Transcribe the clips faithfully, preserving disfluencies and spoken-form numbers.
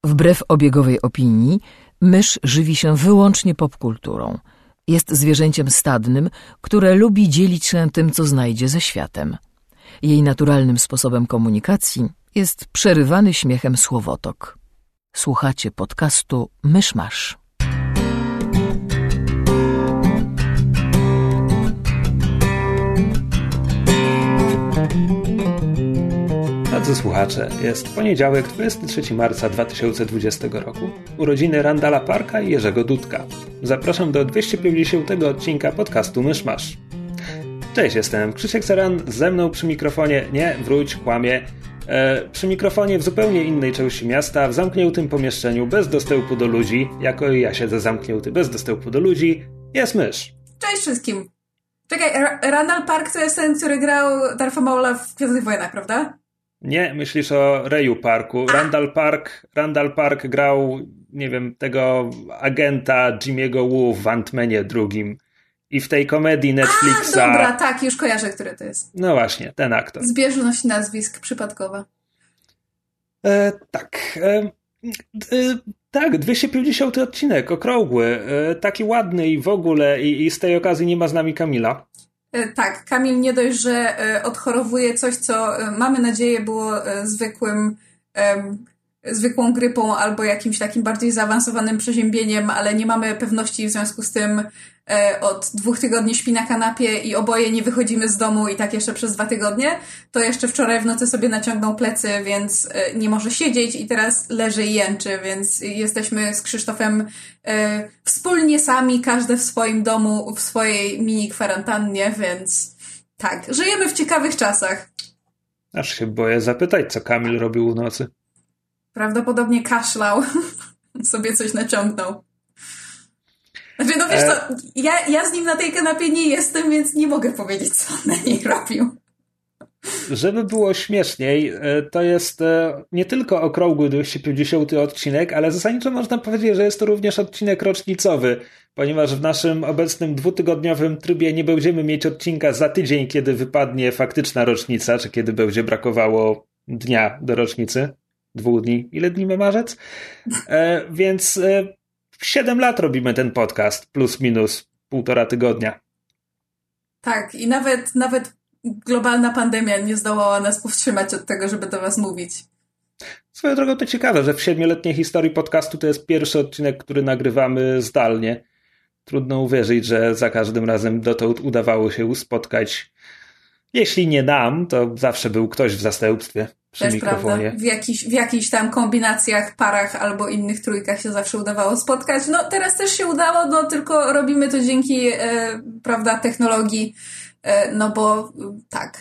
Wbrew obiegowej opinii, mysz żywi się wyłącznie popkulturą. Jest zwierzęciem stadnym, które lubi dzielić się tym, co znajdzie ze światem. Jej naturalnym sposobem komunikacji jest przerywany śmiechem słowotok. Słuchacie podcastu Mysz Masz. Drodzy słuchacze, jest poniedziałek, dwudziestego trzeciego marca dwa tysiące dwudziestego roku, urodziny Randala Parka i Jerzego Dudka. Zapraszam do dwieście pięćdziesiątego odcinka podcastu Mysz Masz. Cześć, jestem Krzysiek Seran, ze mną przy mikrofonie, nie, wróć, kłamie, e, przy mikrofonie w zupełnie innej części miasta, w zamkniętym pomieszczeniu, bez dostępu do ludzi, jako i ja siedzę zamknięty bez dostępu do ludzi, jest mysz. Cześć wszystkim. Czekaj, R- Randall Park to jest ten, który grał Darfa Maula w Gwiezdnych Wojnach, prawda? Nie, myślisz o Rayu Parku. Randall Park, Randall Park grał, nie wiem, tego agenta Jimmy'ego Woo w Ant-Manie drugim. I w tej komedii Netflixa... A, dobra, tak, już kojarzę, który to jest. No właśnie, ten aktor. Zbieżność nazwisk przypadkowa. E, tak. E, e, tak, dwieście pięćdziesiąty odcinek, okrągły. E, taki ładny i w ogóle. I, I z tej okazji nie ma z nami Kamila. Tak, Kamil nie dość, że odchorowuje coś, co mamy nadzieję było zwykłym, um, zwykłą grypą albo jakimś takim bardziej zaawansowanym przeziębieniem, ale nie mamy pewności, w związku z tym e, od dwóch tygodni śpi na kanapie i oboje nie wychodzimy z domu i tak jeszcze przez dwa tygodnie, to jeszcze wczoraj w nocy sobie naciągnął plecy, więc e, nie może siedzieć i teraz leży i jęczy, więc jesteśmy z Krzysztofem e, wspólnie sami, każdy w swoim domu, w swojej mini kwarantannie, więc tak, żyjemy w ciekawych czasach. Aż się boję zapytać, co Kamil robił w nocy. Prawdopodobnie kaszlał. Sobie coś naciągnął. Znaczy, no wiesz co, ja, ja z nim na tej kanapie nie jestem, więc nie mogę powiedzieć, co on na niej robił. Żeby było śmieszniej, to jest nie tylko okrągły dwieście pięćdziesiąty odcinek, ale zasadniczo można powiedzieć, że jest to również odcinek rocznicowy, ponieważ w naszym obecnym dwutygodniowym trybie nie będziemy mieć odcinka za tydzień, kiedy wypadnie faktyczna rocznica, czy kiedy będzie brakowało dnia do rocznicy. Dwóch dni. Ile dni ma marzec? E, więc e, siedem lat robimy ten podcast, plus minus półtora tygodnia. Tak, i nawet, nawet globalna pandemia nie zdołała nas powstrzymać od tego, żeby do was mówić. Swoją drogą to ciekawe, że w siedmioletniej historii podcastu to jest pierwszy odcinek, który nagrywamy zdalnie. Trudno uwierzyć, że za każdym razem dotąd udawało się spotkać. Jeśli nie nam, to zawsze był ktoś w zastępstwie. Przy Też mikrofonie. Prawda. W, jakiś, w jakichś tam kombinacjach, parach albo innych trójkach się zawsze udawało spotkać. No teraz też się udało, no tylko robimy to dzięki e, prawda, technologii, e, no bo e, tak.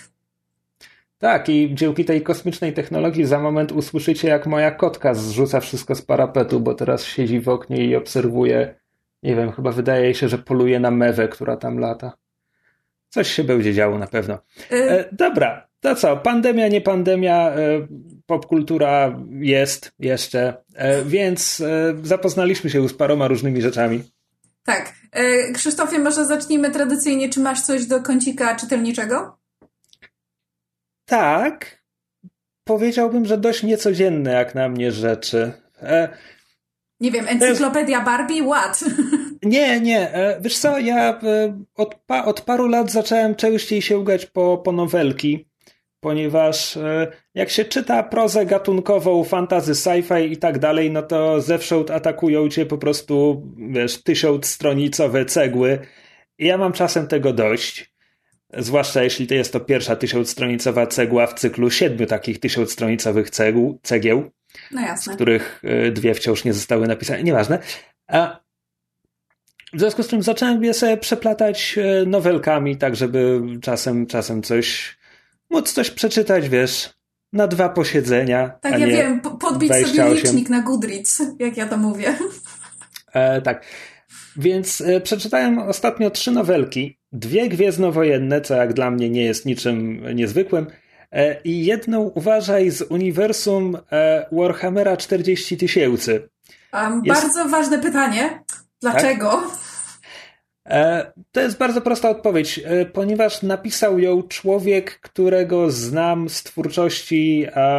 Tak, i dzięki tej kosmicznej technologii za moment usłyszycie, jak moja kotka zrzuca wszystko z parapetu, bo teraz siedzi w oknie i obserwuje, nie wiem, chyba wydaje jej się, że poluje na mewę, która tam lata. Coś się będzie działo na pewno. E, dobra, to co? Pandemia, nie pandemia, e, popkultura jest jeszcze, e, więc e, zapoznaliśmy się z paroma różnymi rzeczami. Tak. E, Krzysztofie, może zacznijmy tradycyjnie. Czy masz coś do kącika czytelniczego? Tak. Powiedziałbym, że dość niecodzienne jak na mnie rzeczy. E, nie wiem, encyklopedia jest... Barbie? What? Nie, nie. Wiesz co, ja od, pa, od paru lat zacząłem częściej sięgać po, po nowelki, ponieważ jak się czyta prozę gatunkową, fantasy, sci-fi i tak dalej, no to zewsząd atakują cię po prostu, wiesz, tysiącstronicowe cegły. I ja mam czasem tego dość. Zwłaszcza jeśli to jest to pierwsza tysiącstronicowa cegła w cyklu siedmiu takich tysiącstronicowych cegł, cegieł, no jasne. z których dwie wciąż nie zostały napisane. Nieważne. A w związku z czym zacząłem je sobie przeplatać nowelkami, tak żeby czasem, czasem coś móc coś przeczytać, wiesz, na dwa posiedzenia. Tak, ja wiem, podbić sobie licznik na Goodreads, jak ja to mówię. E, tak. Więc e, przeczytałem ostatnio trzy nowelki. Dwie gwiezdnowojenne, co jak dla mnie nie jest niczym niezwykłym, e, i jedną, uważaj, z uniwersum e, Warhammera czterdzieści tysięcy. Um, jest... Bardzo ważne pytanie. Dlaczego? Tak? To jest bardzo prosta odpowiedź, ponieważ napisał ją człowiek, którego znam z twórczości um,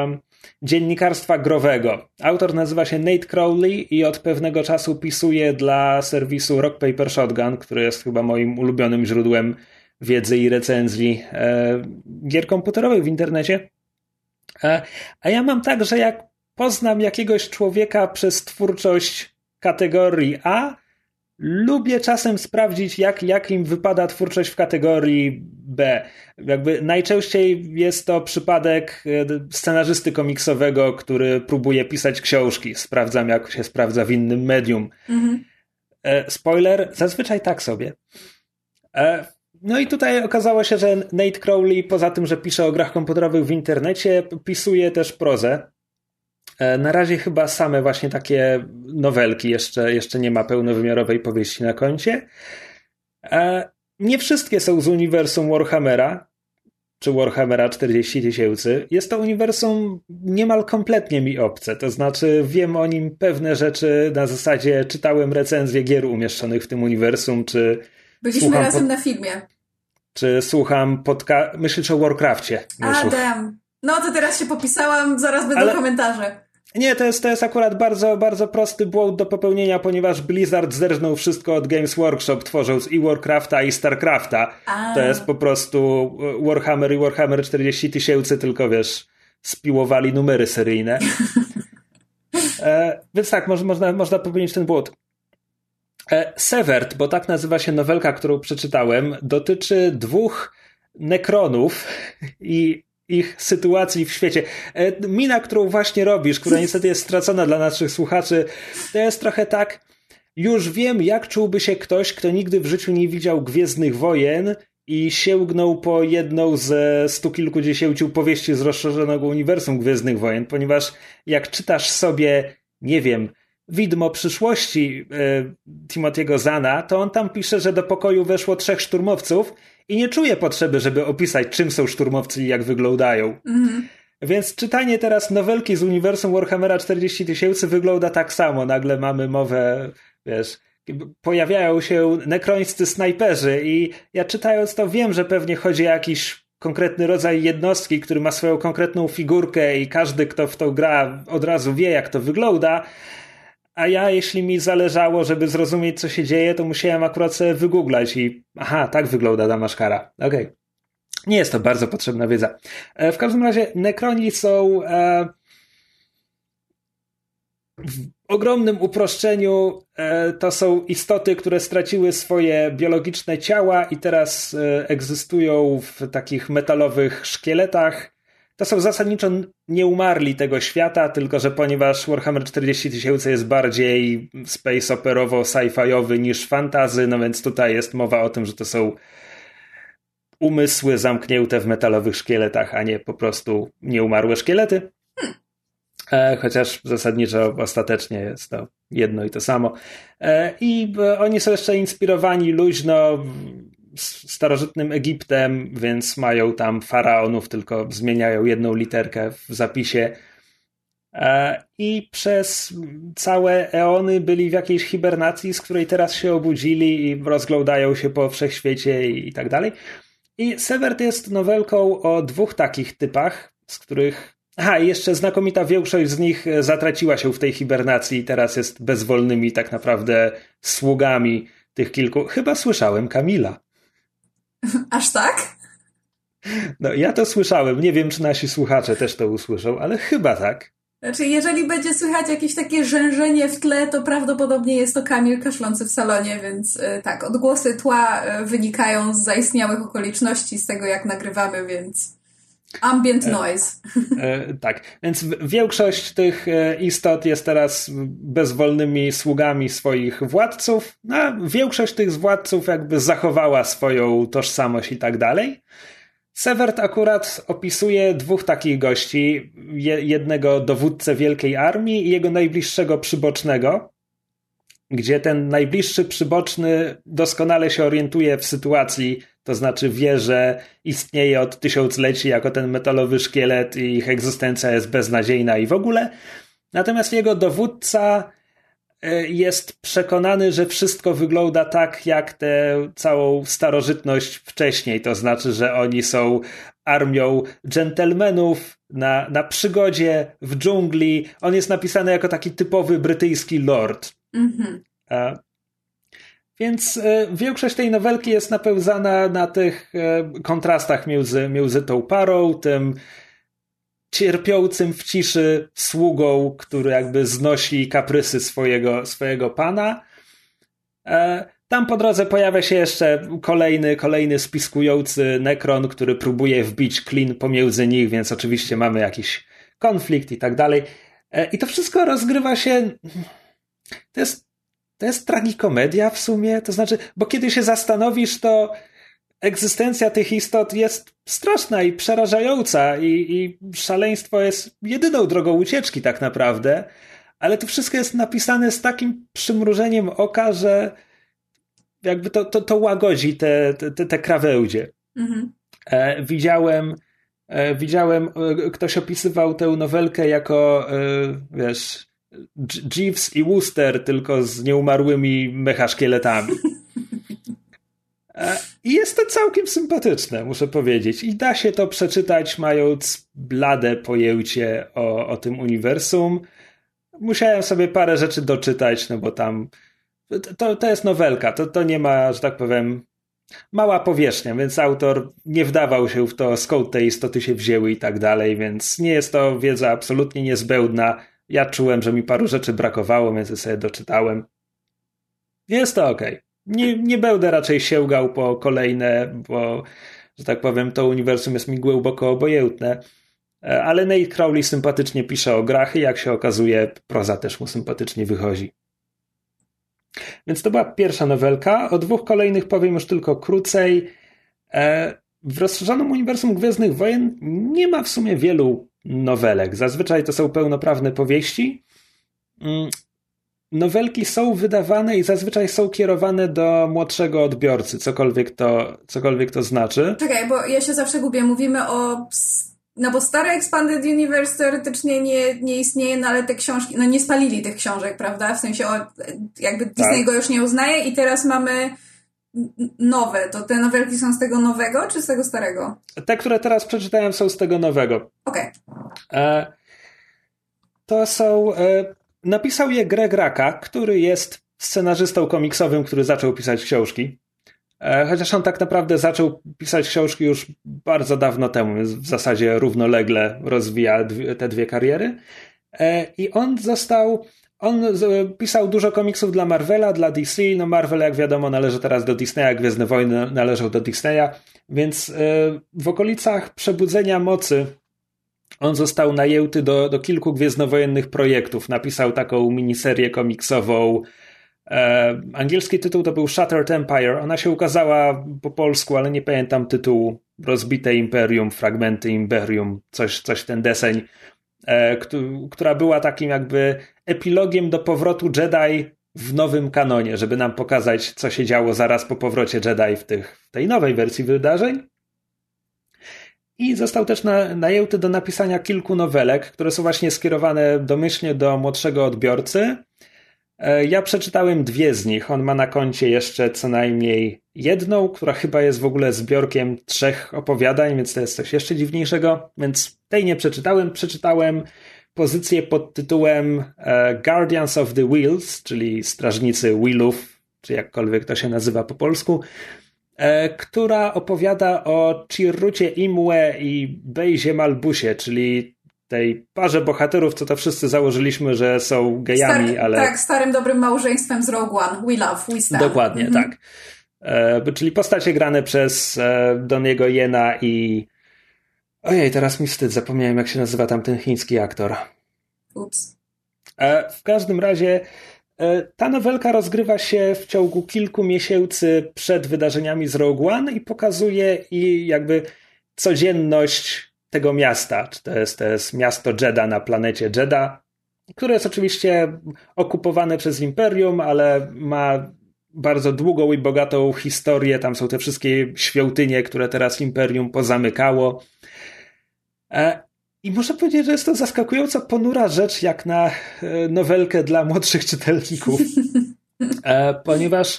dziennikarstwa growego. Autor nazywa się Nate Crowley i od pewnego czasu pisuje dla serwisu Rock Paper Shotgun, który jest chyba moim ulubionym źródłem wiedzy i recenzji e, gier komputerowych w internecie. E, a ja mam tak, że jak poznam jakiegoś człowieka przez twórczość kategorii A, lubię czasem sprawdzić, jak, jak im wypada twórczość w kategorii B. Jakby najczęściej jest to przypadek scenarzysty komiksowego, który próbuje pisać książki. Sprawdzam, jak się sprawdza w innym medium. Mhm. E, spoiler, zazwyczaj tak sobie. E, no i tutaj okazało się, że Nate Crowley, poza tym, że pisze o grach komputerowych w internecie, pisuje też prozę. Na razie chyba same właśnie takie nowelki, jeszcze, jeszcze nie ma pełnowymiarowej powieści na koncie. Nie wszystkie są z uniwersum Warhammera, czy Warhammera czterdzieści tysięcy. Jest to uniwersum niemal kompletnie mi obce, to znaczy wiem o nim pewne rzeczy na zasadzie czytałem recenzje gier umieszczonych w tym uniwersum, czy byliśmy razem pod... na filmie. Czy słucham podca... Myślisz o Warcrafcie. A, damn. No to teraz się popisałam, zaraz będą Ale... komentarze. Nie, to jest, to jest akurat bardzo, bardzo prosty błąd do popełnienia, ponieważ Blizzard zerżnął wszystko od Games Workshop, tworząc i Warcrafta, i Starcrafta. A. To jest po prostu Warhammer i Warhammer czterdzieści tysięcy, tylko wiesz, spiłowali numery seryjne. e, więc tak, mo- można, można popełnić ten błąd. E, Severed, bo tak nazywa się nowelka, którą przeczytałem, dotyczy dwóch nekronów i ich sytuacji w świecie. Mina, którą właśnie robisz, która niestety jest stracona dla naszych słuchaczy, to jest trochę tak, już wiem, jak czułby się ktoś, kto nigdy w życiu nie widział Gwiezdnych Wojen i sięgnął po jedną ze stu kilkudziesięciu powieści z rozszerzonego uniwersum Gwiezdnych Wojen, ponieważ jak czytasz sobie, nie wiem, Widmo przyszłości e, Timothy'ego Zahna, to on tam pisze, że do pokoju weszło trzech szturmowców i nie czuje potrzeby, żeby opisać, czym są szturmowcy i jak wyglądają. Mm-hmm. Więc czytanie teraz nowelki z uniwersum Warhammera czterdzieści tysięcy wygląda tak samo. Nagle mamy mowę, wiesz, pojawiają się nekrońscy snajperzy i ja czytając to wiem, że pewnie chodzi o jakiś konkretny rodzaj jednostki, który ma swoją konkretną figurkę i każdy, kto w to gra, od razu wie, jak to wygląda. A ja, jeśli mi zależało, żeby zrozumieć, co się dzieje, to musiałem akurat sobie wygooglać i aha, tak wygląda Damaszkara. Okej. Okay. Nie jest to bardzo potrzebna wiedza. E, w każdym razie nekroni są e, w ogromnym uproszczeniu e, to są istoty, które straciły swoje biologiczne ciała i teraz e, egzystują w takich metalowych szkieletach. To są zasadniczo nieumarli tego świata, tylko że ponieważ Warhammer czterdzieści tysięcy jest bardziej space operowo sci-fiowy niż fantasy, no więc tutaj jest mowa o tym, że to są umysły zamknięte w metalowych szkieletach, a nie po prostu nieumarłe szkielety. E, chociaż zasadniczo ostatecznie jest to jedno i to samo. E, I oni są jeszcze inspirowani luźno starożytnym Egiptem, więc mają tam faraonów, tylko zmieniają jedną literkę w zapisie. I przez całe eony byli w jakiejś hibernacji, z której teraz się obudzili i rozglądają się po wszechświecie i tak dalej. I Severed jest nowelką o dwóch takich typach, z których... Aha, i jeszcze znakomita większość z nich zatraciła się w tej hibernacji i teraz jest bezwolnymi tak naprawdę sługami tych kilku... Chyba słyszałem Kamila. Aż tak? No ja to słyszałem, nie wiem czy nasi słuchacze też to usłyszą, ale chyba tak. Znaczy jeżeli będzie słychać jakieś takie rzężenie w tle, to prawdopodobnie jest to Kamil kaszlący w salonie, więc yy, tak, odgłosy tła yy, wynikają z zaistniałych okoliczności, z tego jak nagrywamy, więc ambient noise. E, e, tak, więc większość tych istot jest teraz bezwolnymi sługami swoich władców, a większość tych władców jakby zachowała swoją tożsamość i tak dalej. Severed akurat opisuje dwóch takich gości, je, jednego dowódcę wielkiej armii i jego najbliższego przybocznego, gdzie ten najbliższy przyboczny doskonale się orientuje w sytuacji, to znaczy wie, że istnieje od tysiącleci jako ten metalowy szkielet i ich egzystencja jest beznadziejna i w ogóle. Natomiast jego dowódca jest przekonany, że wszystko wygląda tak, jak tę całą starożytność wcześniej. To znaczy, że oni są armią dżentelmenów na, na przygodzie w dżungli. On jest napisany jako taki typowy brytyjski lord. Mm-hmm. A, więc e, większość tej nowelki jest napełzana na tych e, kontrastach między, między tą parą, tym cierpiącym w ciszy sługą, który jakby znosi kaprysy swojego, swojego pana. E, tam po drodze pojawia się jeszcze kolejny, kolejny spiskujący Nekron, który próbuje wbić klin pomiędzy nich, więc oczywiście mamy jakiś konflikt i tak dalej. E, I to wszystko rozgrywa się... To jest, to jest tragikomedia w sumie, to znaczy, bo kiedy się zastanowisz, to egzystencja tych istot jest straszna i przerażająca i, i szaleństwo jest jedyną drogą ucieczki tak naprawdę, ale to wszystko jest napisane z takim przymrużeniem oka, że jakby to, to, to łagodzi te, te, te krawędzie. Mhm. E, widziałem, e, widziałem, e, ktoś opisywał tę nowelkę jako, e, wiesz, Jeeves i Wooster, tylko z nieumarłymi mechaszkieletami. I jest to całkiem sympatyczne, muszę powiedzieć. I da się to przeczytać, mając blade pojęcie o, o tym uniwersum. Musiałem sobie parę rzeczy doczytać, no bo tam to, to jest nowelka, to, to nie ma, że tak powiem, mała powierzchnia, więc autor nie wdawał się w to, skąd te istoty się wzięły i tak dalej, więc nie jest to wiedza absolutnie niezbędna. Ja czułem, że mi paru rzeczy brakowało, więc je sobie doczytałem. Jest to okej. Okay. Nie, nie będę raczej sięgał po kolejne, bo, że tak powiem, to uniwersum jest mi głęboko obojętne. Ale Nate Crowley sympatycznie pisze o grach i jak się okazuje, proza też mu sympatycznie wychodzi. Więc to była pierwsza nowelka. O dwóch kolejnych powiem już tylko krócej. W rozszerzonym uniwersum Gwiezdnych Wojen nie ma w sumie wielu nowelek. Zazwyczaj to są pełnoprawne powieści. Nowelki są wydawane i zazwyczaj są kierowane do młodszego odbiorcy, cokolwiek to, cokolwiek to znaczy. Czekaj, bo ja się zawsze gubię. Mówimy o... No bo stary Expanded Universe teoretycznie nie, nie istnieje, no ale te książki... No nie spalili tych książek, prawda? W sensie o, jakby Disney tak. go już nie uznaje i teraz mamy nowe. To te nowelki są z tego nowego, czy z tego starego? Te, które teraz przeczytałem, są z tego nowego. Okej. Okay. To są... E, napisał je Greg Rucka, który jest scenarzystą komiksowym, który zaczął pisać książki. E, chociaż on tak naprawdę zaczął pisać książki już bardzo dawno temu, więc w zasadzie równolegle rozwija dwie, te dwie kariery. E, I on został... On z, pisał dużo komiksów dla Marvela, dla D C. No Marvel, jak wiadomo, należy teraz do Disneya, Gwiezdne Wojny należą do Disneya, więc e, w okolicach Przebudzenia Mocy on został najęty do, do kilku gwiezdnowojennych projektów. Napisał taką miniserię komiksową. E, angielski tytuł to był Shattered Empire. Ona się ukazała po polsku, ale nie pamiętam tytułu. Rozbite Imperium, Fragmenty Imperium, coś, coś ten deseń. E, która była takim jakby epilogiem do powrotu Jedi w nowym kanonie, żeby nam pokazać, co się działo zaraz po powrocie Jedi w, tych, w tej nowej wersji wydarzeń. I został też na, najęty do napisania kilku nowelek, które są właśnie skierowane domyślnie do młodszego odbiorcy. E, ja przeczytałem dwie z nich. On ma na koncie jeszcze co najmniej jedną, która chyba jest w ogóle zbiorkiem trzech opowiadań, więc to jest coś jeszcze dziwniejszego. Więc tej nie przeczytałem. Przeczytałem pozycję pod tytułem e, Guardians of the Wheels, czyli Strażnicy Wheelów, czy jakkolwiek to się nazywa po polsku, e, która opowiada o Chirrucie Imwe i Bejzie Malbusie, czyli tej parze bohaterów, co to wszyscy założyliśmy, że są gejami, Star- ale... Tak, starym dobrym małżeństwem z Rogue One. We love, we stand. Dokładnie, mhm. tak. E, czyli postacie grane przez e, Donniego Yena i... Ojej, teraz mi wstyd, zapomniałem, jak się nazywa tamten chiński aktor. Ups. E, w każdym razie e, ta nowelka rozgrywa się w ciągu kilku miesięcy przed wydarzeniami z Rogue One i pokazuje i jakby codzienność tego miasta. To jest, to jest miasto Jedha na planecie Jedha, które jest oczywiście okupowane przez Imperium, ale ma bardzo długą i bogatą historię. Tam są te wszystkie świątynie, które teraz Imperium pozamykało. I muszę powiedzieć, że jest to zaskakująco ponura rzecz jak na nowelkę dla młodszych czytelników, e, ponieważ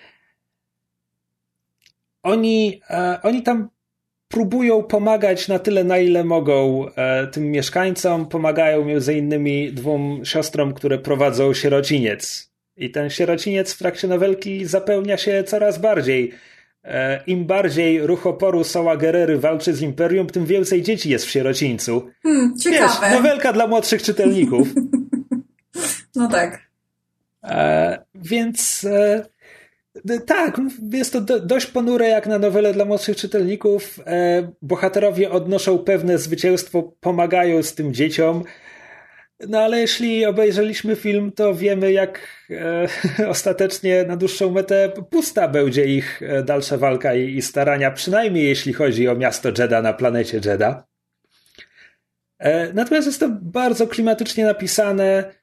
oni, e, oni tam próbują pomagać na tyle, na ile mogą e, tym mieszkańcom. Pomagają między innymi dwóm siostrom, które prowadzą sierociniec. I ten sierociniec w trakcie nowelki zapełnia się coraz bardziej. E, Im bardziej ruch oporu Soła Gerery walczy z Imperium, tym więcej dzieci jest w sierocińcu. Hmm, ciekawe. Wiesz, nowelka dla młodszych czytelników. No tak. E, więc... E, Tak, jest to do, dość ponure jak na nowelę dla młodszych czytelników. E, bohaterowie odnoszą pewne zwycięstwo, pomagają z tym dzieciom. No ale jeśli obejrzeliśmy film, to wiemy jak e, ostatecznie na dłuższą metę pusta będzie ich dalsza walka i, i starania, przynajmniej jeśli chodzi o miasto Jedha na planecie Jedha. E, natomiast jest to bardzo klimatycznie napisane.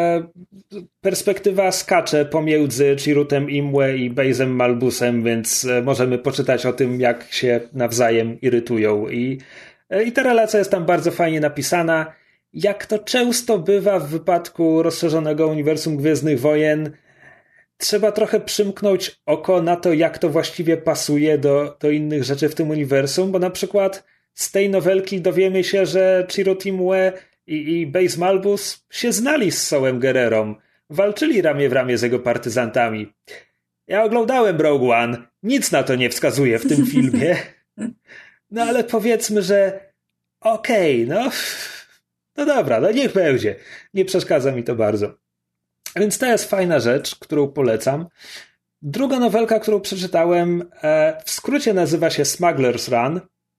Perspektywa skacze pomiędzy Chirutem Imwe i Bazem Malbusem, więc możemy poczytać o tym, jak się nawzajem irytują. I, i ta relacja jest tam bardzo fajnie napisana. Jak to często bywa w wypadku rozszerzonego uniwersum Gwiezdnych Wojen, trzeba trochę przymknąć oko na to, jak to właściwie pasuje do, do innych rzeczy w tym uniwersum, bo na przykład z tej nowelki dowiemy się, że Chirrut Imwe i, i Baze Malbus się znali z Sołem Gererą. Walczyli ramię w ramię z jego partyzantami. Ja oglądałem Rogue One. Nic na to nie wskazuje w tym filmie. No ale powiedzmy, że okej, okay, no... No dobra, no niech będzie. Nie przeszkadza mi to bardzo. Więc to jest fajna rzecz, którą polecam. Druga nowelka, którą przeczytałem, e, w skrócie nazywa się Smuggler's Run.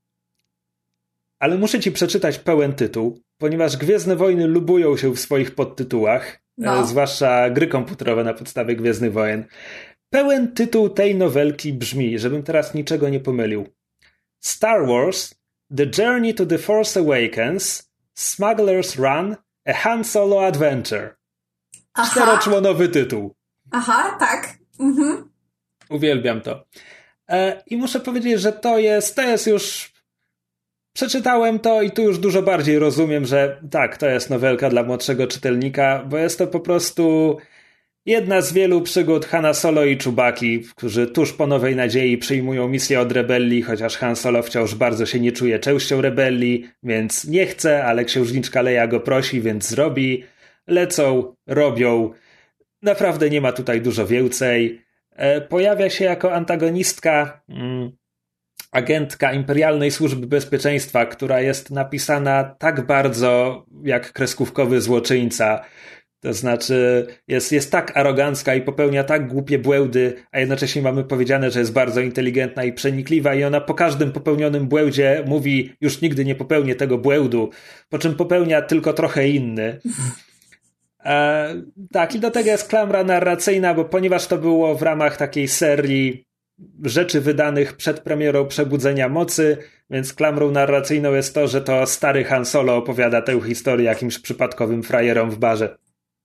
Ale muszę ci przeczytać pełen tytuł, ponieważ Gwiezdne Wojny lubują się w swoich podtytułach, no. e, zwłaszcza gry komputerowe na podstawie Gwiezdnych Wojen. Pełen tytuł tej nowelki brzmi, żebym teraz niczego nie pomylił. Star Wars, The Journey to the Force Awakens, Smuggler's Run, A Han Solo Adventure. Aha. Czteroczłonowy tytuł. Aha, tak. Mhm. Uwielbiam to. E, I muszę powiedzieć, że to jest, to jest już... Przeczytałem to i tu już dużo bardziej rozumiem, że tak, to jest nowelka dla młodszego czytelnika, bo jest to po prostu jedna z wielu przygód Hana Solo i Chewbacki, którzy tuż po Nowej Nadziei przyjmują misję od rebelii, chociaż Han Solo wciąż bardzo się nie czuje częścią rebelii, więc nie chce, ale księżniczka Leia go prosi, więc zrobi. Lecą, robią. Naprawdę nie ma tutaj dużo więcej. Pojawia się jako antagonistka... Mm, agentka Imperialnej Służby Bezpieczeństwa, która jest napisana tak bardzo jak kreskówkowy złoczyńca. To znaczy jest, jest tak arogancka i popełnia tak głupie błędy, a jednocześnie mamy powiedziane, że jest bardzo inteligentna i przenikliwa i ona po każdym popełnionym błędzie mówi, już nigdy nie popełnię tego błędu, po czym popełnia tylko trochę inny. E, tak, i do tego jest klamra narracyjna, bo ponieważ to było w ramach takiej serii rzeczy wydanych przed premierą Przebudzenia Mocy, więc klamrą narracyjną jest to, że to stary Han Solo opowiada tę historię jakimś przypadkowym frajerom w barze.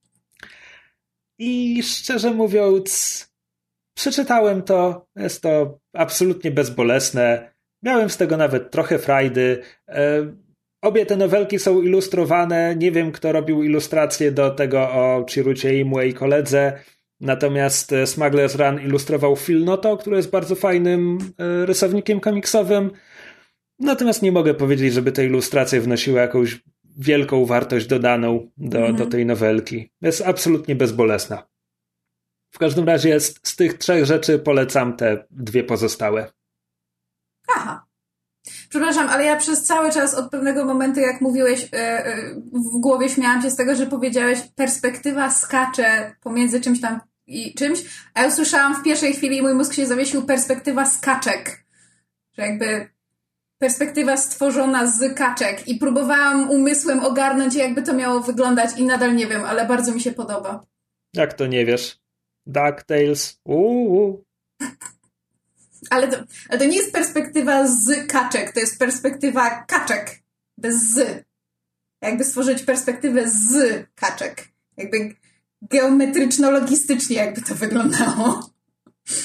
I szczerze mówiąc, przeczytałem to, jest to absolutnie bezbolesne, miałem z tego nawet trochę frajdy. Obie te nowelki są ilustrowane, nie wiem kto robił ilustrację do tego o Chirucie Imwe i koledze. Natomiast Smuggler's Run ilustrował Phil Noto, który jest bardzo fajnym rysownikiem komiksowym. Natomiast nie mogę powiedzieć, żeby te ilustracje wnosiły jakąś wielką wartość dodaną do, mhm. do tej nowelki. Jest absolutnie bezbolesna. W każdym razie z, z tych trzech rzeczy polecam te dwie pozostałe. Aha. Przepraszam, ale ja przez cały czas od pewnego momentu, jak mówiłeś, w głowie śmiałam się z tego, że powiedziałeś perspektywa skacze pomiędzy czymś tam i czymś, a ja usłyszałam w pierwszej chwili i mój mózg się zawiesił perspektywa z kaczek. Że jakby perspektywa stworzona z kaczek i próbowałam umysłem ogarnąć, jakby to miało wyglądać i nadal nie wiem, ale bardzo mi się podoba. Jak to nie wiesz? DuckTales. Uuu. Ale to, ale to nie jest perspektywa z kaczek, to jest perspektywa kaczek, bez z. Jakby stworzyć perspektywę z kaczek. Jakby geometryczno-logistycznie jakby to wyglądało.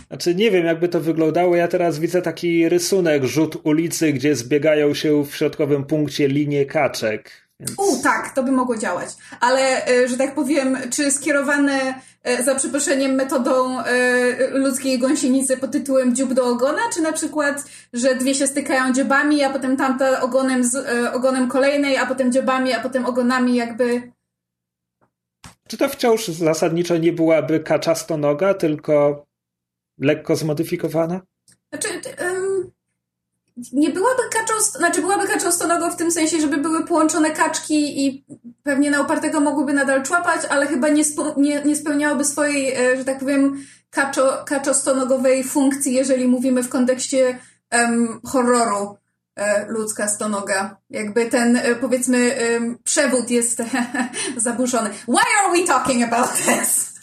Znaczy nie wiem, jakby to wyglądało. Ja teraz widzę taki rysunek, rzut ulicy, gdzie zbiegają się w środkowym punkcie linie kaczek. Więc... U, tak, to by mogło działać. Ale, że tak powiem, czy skierowane za przeproszeniem metodą ludzkiej gąsienicy pod tytułem dziób do ogona, czy na przykład, że dwie się stykają dziobami, a potem tamta ogonem z ogonem kolejnej, a potem dziobami, a potem ogonami jakby... Czy to wciąż zasadniczo nie byłaby kaczastonoga, tylko lekko zmodyfikowana? Znaczy... Um... Nie byłaby kaczą, znaczy byłaby kaczą stonogą w tym sensie, żeby były połączone kaczki i pewnie na upartego mogłyby nadal człapać, ale chyba nie, spo, nie, nie spełniałyby swojej, że tak powiem, kaczo, kaczo-stonogowej funkcji, jeżeli mówimy w kontekście um, horroru e, ludzka stonoga. Jakby ten, e, powiedzmy, um, przewód jest zaburzony. Why are we talking about this?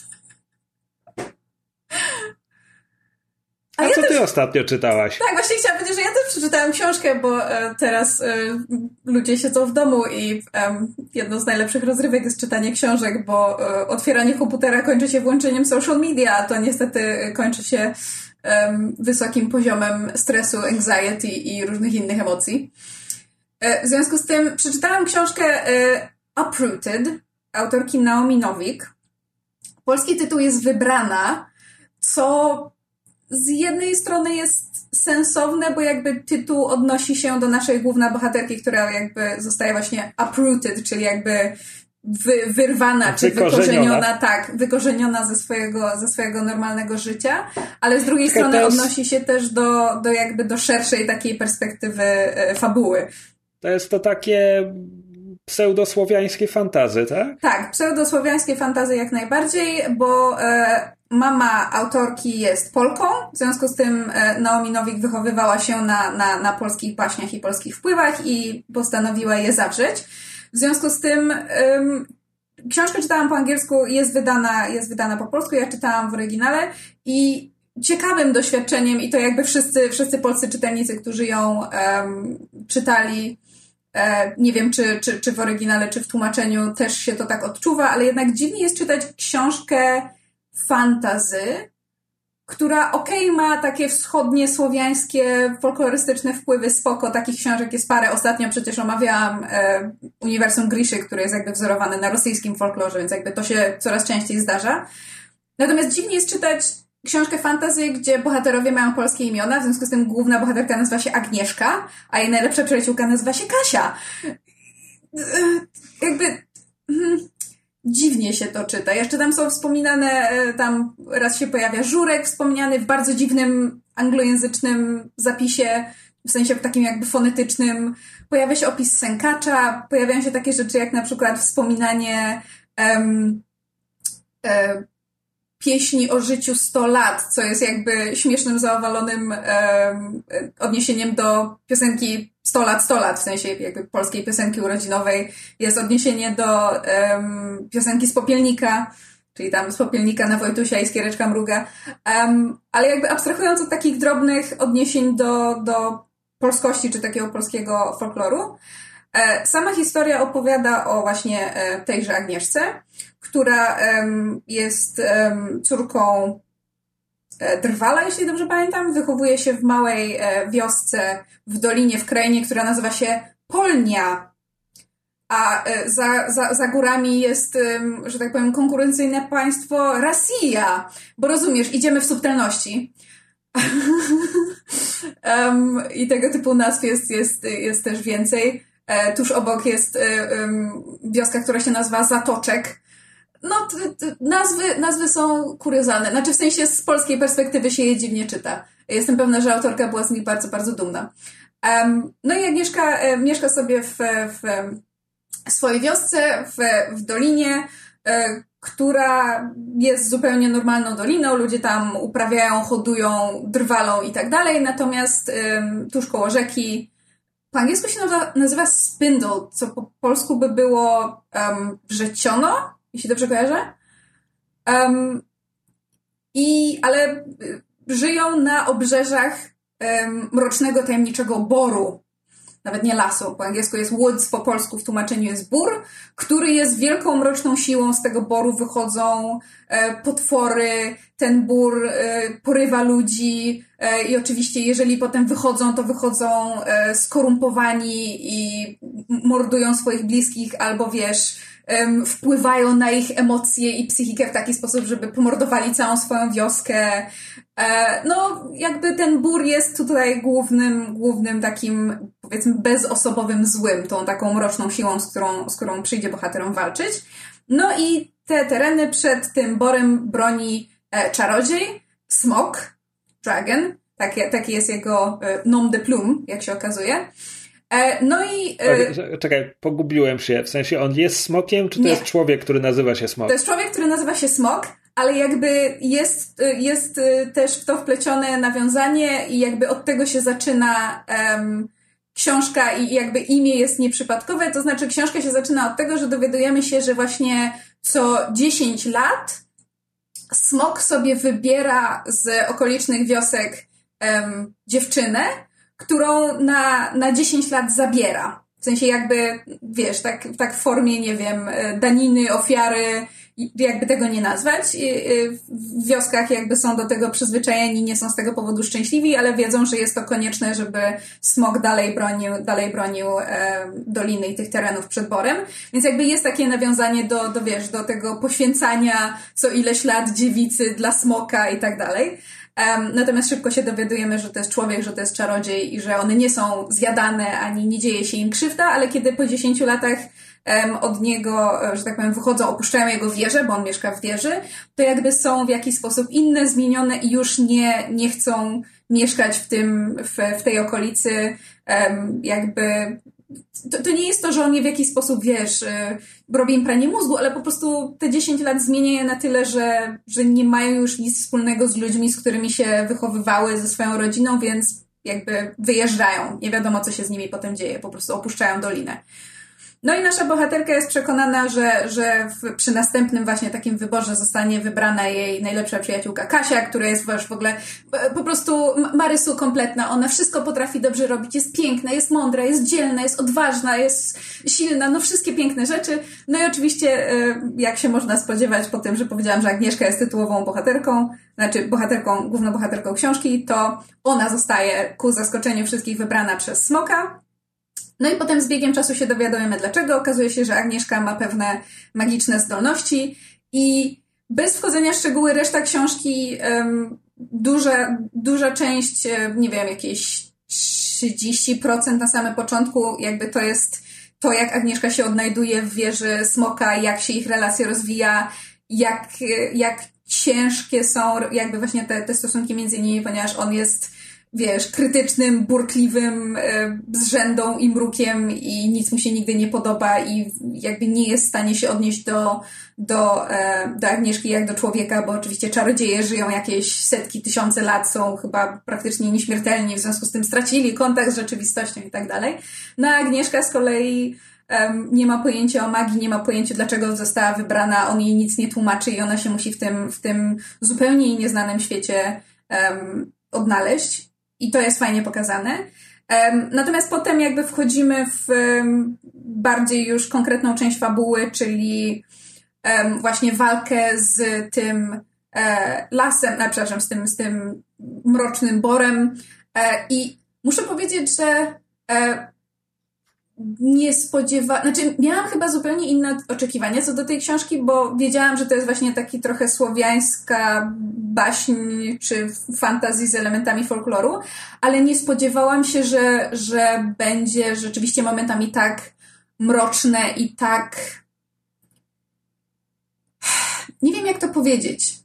A, A ja co też, ty ostatnio czytałaś? Tak, właśnie chciałam powiedzieć, że ja też przeczytałam książkę, bo e, teraz e, ludzie siedzą w domu i e, jedną z najlepszych rozrywek jest czytanie książek, bo e, otwieranie komputera kończy się włączeniem social media, a to niestety kończy się e, wysokim poziomem stresu, anxiety i różnych innych emocji. E, w związku z tym przeczytałam książkę e, Uprooted autorki Naomi Novik. Polski tytuł jest Wybrana, co z jednej strony jest sensowne, bo jakby tytuł odnosi się do naszej głównej bohaterki, która jakby zostaje właśnie uprooted, czyli jakby wy, wyrwana, czy wykorzeniona, tak, wykorzeniona ze swojego, ze swojego normalnego życia, ale z drugiej Taka strony jest... odnosi się też do, do jakby do szerszej takiej perspektywy e, fabuły. To jest to takie pseudosłowiańskie fantazy, tak? Tak, pseudosłowiańskie fantazy jak najbardziej, bo e, mama autorki jest Polką, w związku z tym e, Naomi Novik wychowywała się na, na, na polskich baśniach i polskich wpływach i postanowiła je zawrzeć. W związku z tym um, książkę czytałam po angielsku, jest wydana, jest wydana po polsku, ja czytałam w oryginale i ciekawym doświadczeniem, i to jakby wszyscy, wszyscy polscy czytelnicy, którzy ją um, czytali, nie wiem, czy, czy, czy w oryginale, czy w tłumaczeniu też się to tak odczuwa, ale jednak dziwnie jest czytać książkę fantasy, która okej, okay, ma takie wschodnie, słowiańskie, folklorystyczne wpływy, spoko, takich książek jest parę. Ostatnio przecież omawiałam e, Uniwersum Griszy, które jest jakby wzorowane na rosyjskim folklorze, więc jakby to się coraz częściej zdarza. Natomiast dziwnie jest czytać książkę fantasy, gdzie bohaterowie mają polskie imiona, w związku z tym główna bohaterka nazywa się Agnieszka, a jej najlepsza przyjaciółka nazywa się Kasia. Jakby hmm, dziwnie się to czyta. Jeszcze tam są wspominane, tam raz się pojawia Żurek wspomniany w bardzo dziwnym anglojęzycznym zapisie, w sensie takim jakby fonetycznym. Pojawia się opis sękacza, pojawiają się takie rzeczy jak na przykład wspominanie um, um, pieśni o życiu sto lat, co jest jakby śmiesznym, zaowalonym um, odniesieniem do piosenki sto lat, sto lat, w sensie jakby polskiej piosenki urodzinowej. Jest odniesienie do um, piosenki z Popielnika, czyli tam z Popielnika na Wojtusia i Skiereczka mruga. Um, ale jakby abstrahując od takich drobnych odniesień do, do polskości, czy takiego polskiego folkloru, sama historia opowiada o właśnie tejże Agnieszce, która jest córką drwala, jeśli dobrze pamiętam. Wychowuje się w małej wiosce w dolinie w krainie, która nazywa się Polnia. A za, za, za górami jest, że tak powiem, konkurencyjne państwo Rosja. Bo rozumiesz, idziemy w subtelności. um, I tego typu nazw jest, jest, jest też więcej. E, tuż obok jest e, um, wioska, która się nazywa Zatoczek. No, t, t, nazwy, nazwy są kuriozalne. Znaczy w sensie z polskiej perspektywy się je dziwnie czyta. Jestem pewna, że autorka była z nich bardzo, bardzo dumna. Um, no i Agnieszka e, mieszka sobie w, w, w swojej wiosce, w, w dolinie, e, która jest zupełnie normalną doliną. Ludzie tam uprawiają, hodują, drwalą i tak dalej. Natomiast um, tuż koło rzeki, po angielsku się nazywa, nazywa Spindle, co po polsku by było um, wrzeciono, jeśli dobrze kojarzę. Um, i, ale żyją na obrzeżach um, mrocznego, tajemniczego boru. nawet nie lasu, po angielsku jest woods, po polsku w tłumaczeniu jest bór, który jest wielką mroczną siłą. Z tego boru wychodzą e, potwory, ten bór e, porywa ludzi e, i oczywiście jeżeli potem wychodzą, to wychodzą e, skorumpowani i mordują swoich bliskich albo wiesz, e, wpływają na ich emocje i psychikę w taki sposób, żeby pomordowali całą swoją wioskę. No, jakby ten bór jest tutaj głównym, głównym takim, powiedzmy, bezosobowym złym, tą taką mroczną siłą, z którą, z którą przyjdzie bohaterom walczyć. No i te tereny przed tym borem broni e, czarodziej, smok, dragon, takie, taki jest jego e, nom de plume, jak się okazuje. E, no i... E, Czekaj, pogubiłem się, w sensie on jest smokiem, czy to nie. jest człowiek, który nazywa się smok? To jest człowiek, który nazywa się smok, ale jakby jest, jest też w to wplecione nawiązanie i jakby od tego się zaczyna um, książka i jakby imię jest nieprzypadkowe, to znaczy książka się zaczyna od tego, że dowiadujemy się, że właśnie co dziesięć lat smok sobie wybiera z okolicznych wiosek um, dziewczynę, którą na, na dziesięć lat zabiera. W sensie jakby, wiesz, tak, tak w formie, nie wiem, daniny, ofiary, jakby tego nie nazwać. W wioskach jakby są do tego przyzwyczajeni, nie są z tego powodu szczęśliwi, ale wiedzą, że jest to konieczne, żeby smok dalej bronił, dalej bronił e, doliny i tych terenów przed borem. Więc jakby jest takie nawiązanie do, do, wiesz, do tego poświęcania co ileś lat dziewicy dla smoka i tak dalej. Um, natomiast szybko się dowiadujemy, że to jest człowiek, że to jest czarodziej i że one nie są zjadane, ani nie dzieje się im krzywda, ale kiedy po dziesięciu latach um, od niego, że tak powiem, wychodzą, opuszczają jego wieżę, bo on mieszka w wieży, to jakby są w jakiś sposób inne, zmienione i już nie, nie chcą mieszkać w tym, w, w tej okolicy, um, jakby... To, to nie jest to, że on je w jakiś sposób, wiesz, yy, robi im pranie mózgu, ale po prostu te dziesięć lat zmienia je na tyle, że, że nie mają już nic wspólnego z ludźmi, z którymi się wychowywały, ze swoją rodziną, więc jakby wyjeżdżają. Nie wiadomo, co się z nimi potem dzieje, po prostu opuszczają dolinę. No i nasza bohaterka jest przekonana, że, że w, przy następnym właśnie takim wyborze zostanie wybrana jej najlepsza przyjaciółka Kasia, która jest w ogóle po prostu Marysu kompletna. Ona wszystko potrafi dobrze robić, jest piękna, jest mądra, jest dzielna, jest odważna, jest silna, no wszystkie piękne rzeczy. No i oczywiście, jak się można spodziewać po tym, że powiedziałam, że Agnieszka jest tytułową bohaterką, znaczy bohaterką, główną bohaterką książki, to ona zostaje ku zaskoczeniu wszystkich wybrana przez smoka. No i potem z biegiem czasu się dowiadujemy dlaczego. Okazuje się, że Agnieszka ma pewne magiczne zdolności i bez wchodzenia w szczegóły reszta książki, um, duża, duża część, nie wiem, jakieś trzydzieści procent na samym początku, jakby to jest to, jak Agnieszka się odnajduje w wieży smoka, jak się ich relacje rozwija, jak, jak ciężkie są jakby właśnie te, te stosunki między nimi, ponieważ on jest, wiesz, krytycznym, burkliwym e, zrzędą i mrukiem i nic mu się nigdy nie podoba i jakby nie jest w stanie się odnieść do, do, e, do Agnieszki jak do człowieka, bo oczywiście czarodzieje żyją jakieś setki, tysiące lat, są chyba praktycznie nieśmiertelni, w związku z tym stracili kontakt z rzeczywistością i tak dalej. No a Agnieszka z kolei um, nie ma pojęcia o magii, nie ma pojęcia dlaczego została wybrana, on jej nic nie tłumaczy i ona się musi w tym, w tym zupełnie nieznanym świecie um, odnaleźć. I to jest fajnie pokazane. Um, natomiast potem jakby wchodzimy w um, bardziej już konkretną część fabuły, czyli um, właśnie walkę z tym e, lasem, a, przepraszam, z tym, z tym mrocznym borem. E, I muszę powiedzieć, że e, nie spodziewałam, znaczy miałam chyba zupełnie inne oczekiwania co do tej książki, bo wiedziałam, że to jest właśnie taki trochę słowiańska baśń czy fantazji z elementami folkloru, ale nie spodziewałam się, że, że będzie rzeczywiście momentami tak mroczne i tak... Nie wiem, jak to powiedzieć.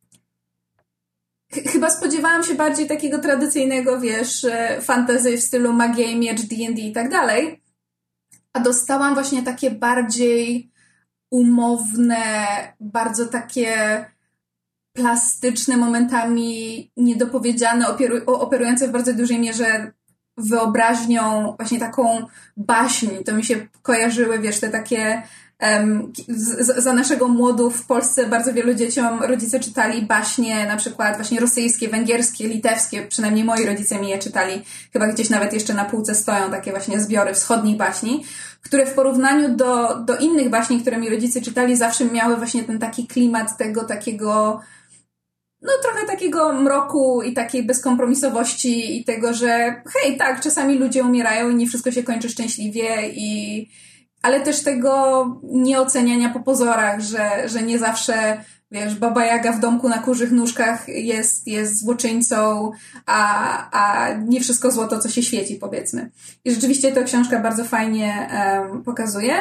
Chyba spodziewałam się bardziej takiego tradycyjnego, wiesz, fantasy w stylu magia i miecz, D and D i tak dalej, a dostałam właśnie takie bardziej umowne, bardzo takie plastyczne, momentami niedopowiedziane, operu- operujące w bardzo dużej mierze wyobraźnią, właśnie taką baśń. To mi się kojarzyły, wiesz, te takie um, z, za naszego młodu w Polsce bardzo wielu dzieciom rodzice czytali baśnie, na przykład właśnie rosyjskie, węgierskie, litewskie, przynajmniej moi rodzice mi je czytali. Chyba gdzieś nawet jeszcze na półce stoją takie właśnie zbiory wschodnich baśni, które w porównaniu do, do innych baśni, które mi rodzice czytali, zawsze miały właśnie ten taki klimat tego takiego, no trochę takiego mroku i takiej bezkompromisowości i tego, że hej, tak, czasami ludzie umierają i nie wszystko się kończy szczęśliwie, i ale też tego nieoceniania po pozorach, że, że nie zawsze, wiesz, Baba Jaga w domku na kurzych nóżkach jest, jest złoczyńcą, a, a nie wszystko złoto, co się świeci, powiedzmy. I rzeczywiście ta książka bardzo fajnie um, pokazuje.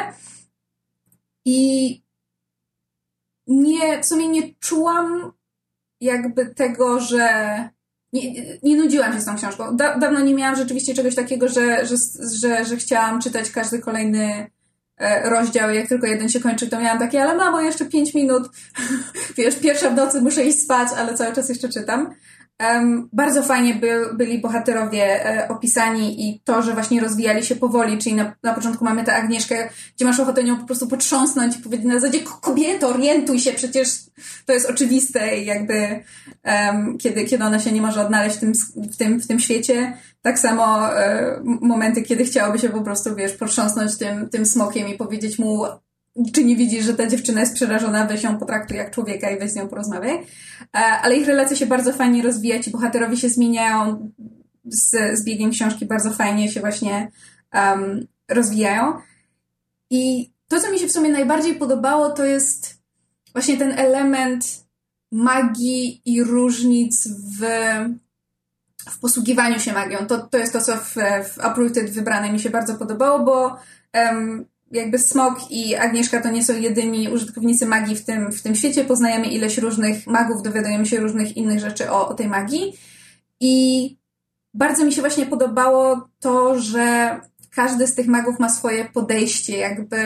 I nie, w sumie nie czułam jakby tego, że nie, nie nudziłam się z tą książką. Da, dawno nie miałam rzeczywiście czegoś takiego, że, że, że, że chciałam czytać każdy kolejny e, rozdział. Jak tylko jeden się kończy, to miałam takie, ale mamo, jeszcze pięć minut. Wiesz, pierwsza w nocy, muszę iść spać, ale cały czas jeszcze czytam. Um, bardzo fajnie by, byli bohaterowie e, opisani i to, że właśnie rozwijali się powoli, czyli na, na początku mamy tę Agnieszkę, gdzie masz ochotę nią po prostu potrząsnąć i powiedzieć na zasadzie, kobieto, orientuj się, przecież to jest oczywiste i jakby um, kiedy, kiedy ona się nie może odnaleźć w tym, w tym, w tym świecie. Tak samo e, momenty, kiedy chciałoby się po prostu, wiesz, potrząsnąć tym, tym smokiem i powiedzieć mu, czy nie widzisz, że ta dziewczyna jest przerażona, weź ją potraktuj jak człowieka i weź z nią porozmawiaj. Ale ich relacje się bardzo fajnie rozwija, ci bohaterowie się zmieniają z, z biegiem książki, bardzo fajnie się właśnie um, rozwijają. I to, co mi się w sumie najbardziej podobało, to jest właśnie ten element magii i różnic w, w posługiwaniu się magią. To, to jest to, co w, w Uprooted wybrane mi się bardzo podobało, bo um, jakby Smok i Agnieszka to nie są jedyni użytkownicy magii w tym, w tym świecie. Poznajemy ileś różnych magów, dowiadujemy się różnych innych rzeczy o, o tej magii. I bardzo mi się właśnie podobało to, że każdy z tych magów ma swoje podejście, jakby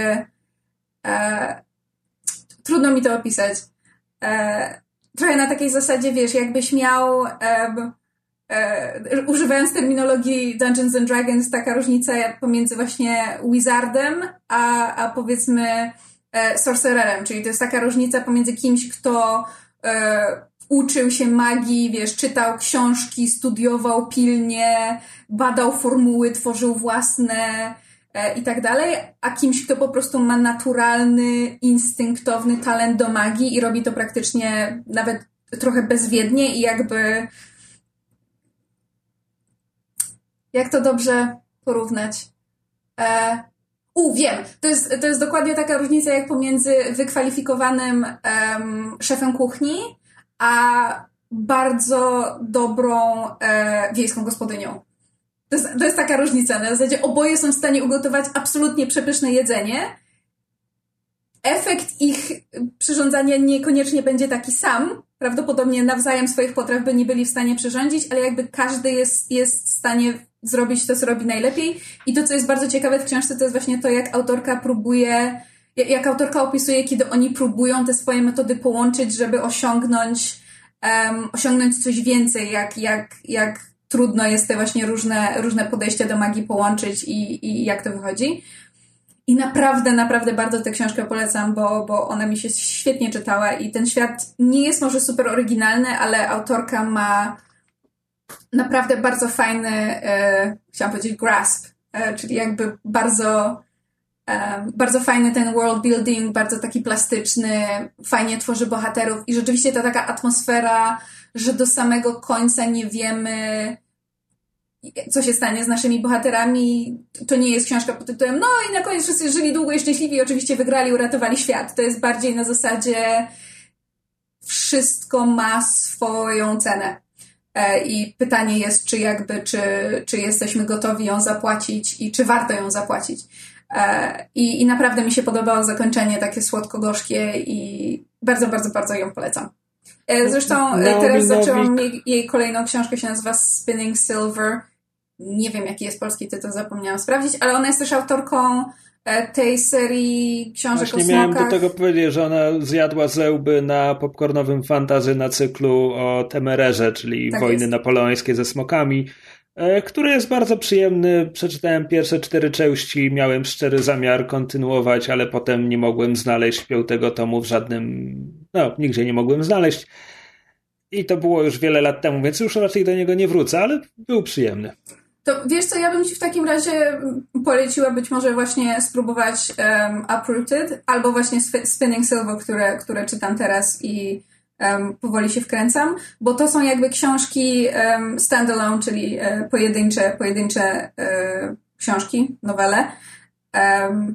e, trudno mi to opisać. E, trochę na takiej zasadzie, wiesz, jakbyś miał e, E, używając terminologii Dungeons and Dragons, taka różnica pomiędzy właśnie wizardem, a, a powiedzmy e, sorcererem, czyli to jest taka różnica pomiędzy kimś, kto e, uczył się magii, wiesz, czytał książki, studiował pilnie, badał formuły, tworzył własne e, i tak dalej, a kimś, kto po prostu ma naturalny, instynktowny talent do magii i robi to praktycznie nawet trochę bezwiednie i jakby jak to dobrze porównać? E, u, wiem. To jest, to jest dokładnie taka różnica jak pomiędzy wykwalifikowanym um, szefem kuchni, a bardzo dobrą e, wiejską gospodynią. To jest, to jest taka różnica. Na zasadzie oboje są w stanie ugotować absolutnie przepyszne jedzenie. Efekt ich przyrządzania niekoniecznie będzie taki sam. Prawdopodobnie nawzajem swoich potraw by nie byli w stanie przyrządzić, ale jakby każdy jest, jest w stanie zrobić to, co robi najlepiej. I to, co jest bardzo ciekawe w książce, to jest właśnie to, jak autorka próbuje, jak autorka opisuje, kiedy oni próbują te swoje metody połączyć, żeby osiągnąć, um, osiągnąć coś więcej, jak, jak, jak trudno jest te właśnie różne, różne podejścia do magii połączyć i, i jak to wychodzi. I naprawdę, naprawdę bardzo tę książkę polecam, bo, bo ona mi się świetnie czytała i ten świat nie jest może super oryginalny, ale autorka ma naprawdę bardzo fajny, e, chciałam powiedzieć grasp, e, czyli jakby bardzo, e, bardzo fajny ten world building, bardzo taki plastyczny, fajnie tworzy bohaterów i rzeczywiście ta taka atmosfera, że do samego końca nie wiemy, co się stanie z naszymi bohaterami. To nie jest książka pod tytułem no i na koniec wszyscy żyli długo i szczęśliwie i oczywiście wygrali, uratowali świat. To jest bardziej na zasadzie wszystko ma swoją cenę. I pytanie jest, czy jakby, czy, czy jesteśmy gotowi ją zapłacić i czy warto ją zapłacić. I, i naprawdę mi się podobało zakończenie takie słodko-gorzkie i bardzo, bardzo, bardzo ją polecam. Zresztą Naomi teraz zaczęłam Nowik. jej, jej kolejną książkę, się nazywa Spinning Silver. Nie wiem, jaki jest polski tytuł, zapomniałam sprawdzić, ale ona jest też autorką tej serii książek Właśnie o smokach. miałem do tego powiedzieć, że ona zjadła zełby na popcornowym fantasy na cyklu o Temererze, czyli Tak wojny jest. napoleońskie ze smokami. który jest bardzo przyjemny. Przeczytałem pierwsze cztery części, miałem szczery zamiar kontynuować, ale potem nie mogłem znaleźć piątego tomu w żadnym, no, nigdzie nie mogłem znaleźć. I to było już wiele lat temu, więc już raczej do niego nie wrócę, ale był przyjemny. To wiesz co, ja bym ci w takim razie poleciła być może właśnie spróbować um, Uprooted albo właśnie Spinning Silver, które, które czytam teraz i um, powoli się wkręcam, bo to są jakby książki um, standalone, czyli e, pojedyncze, pojedyncze e, książki, nowele. Um,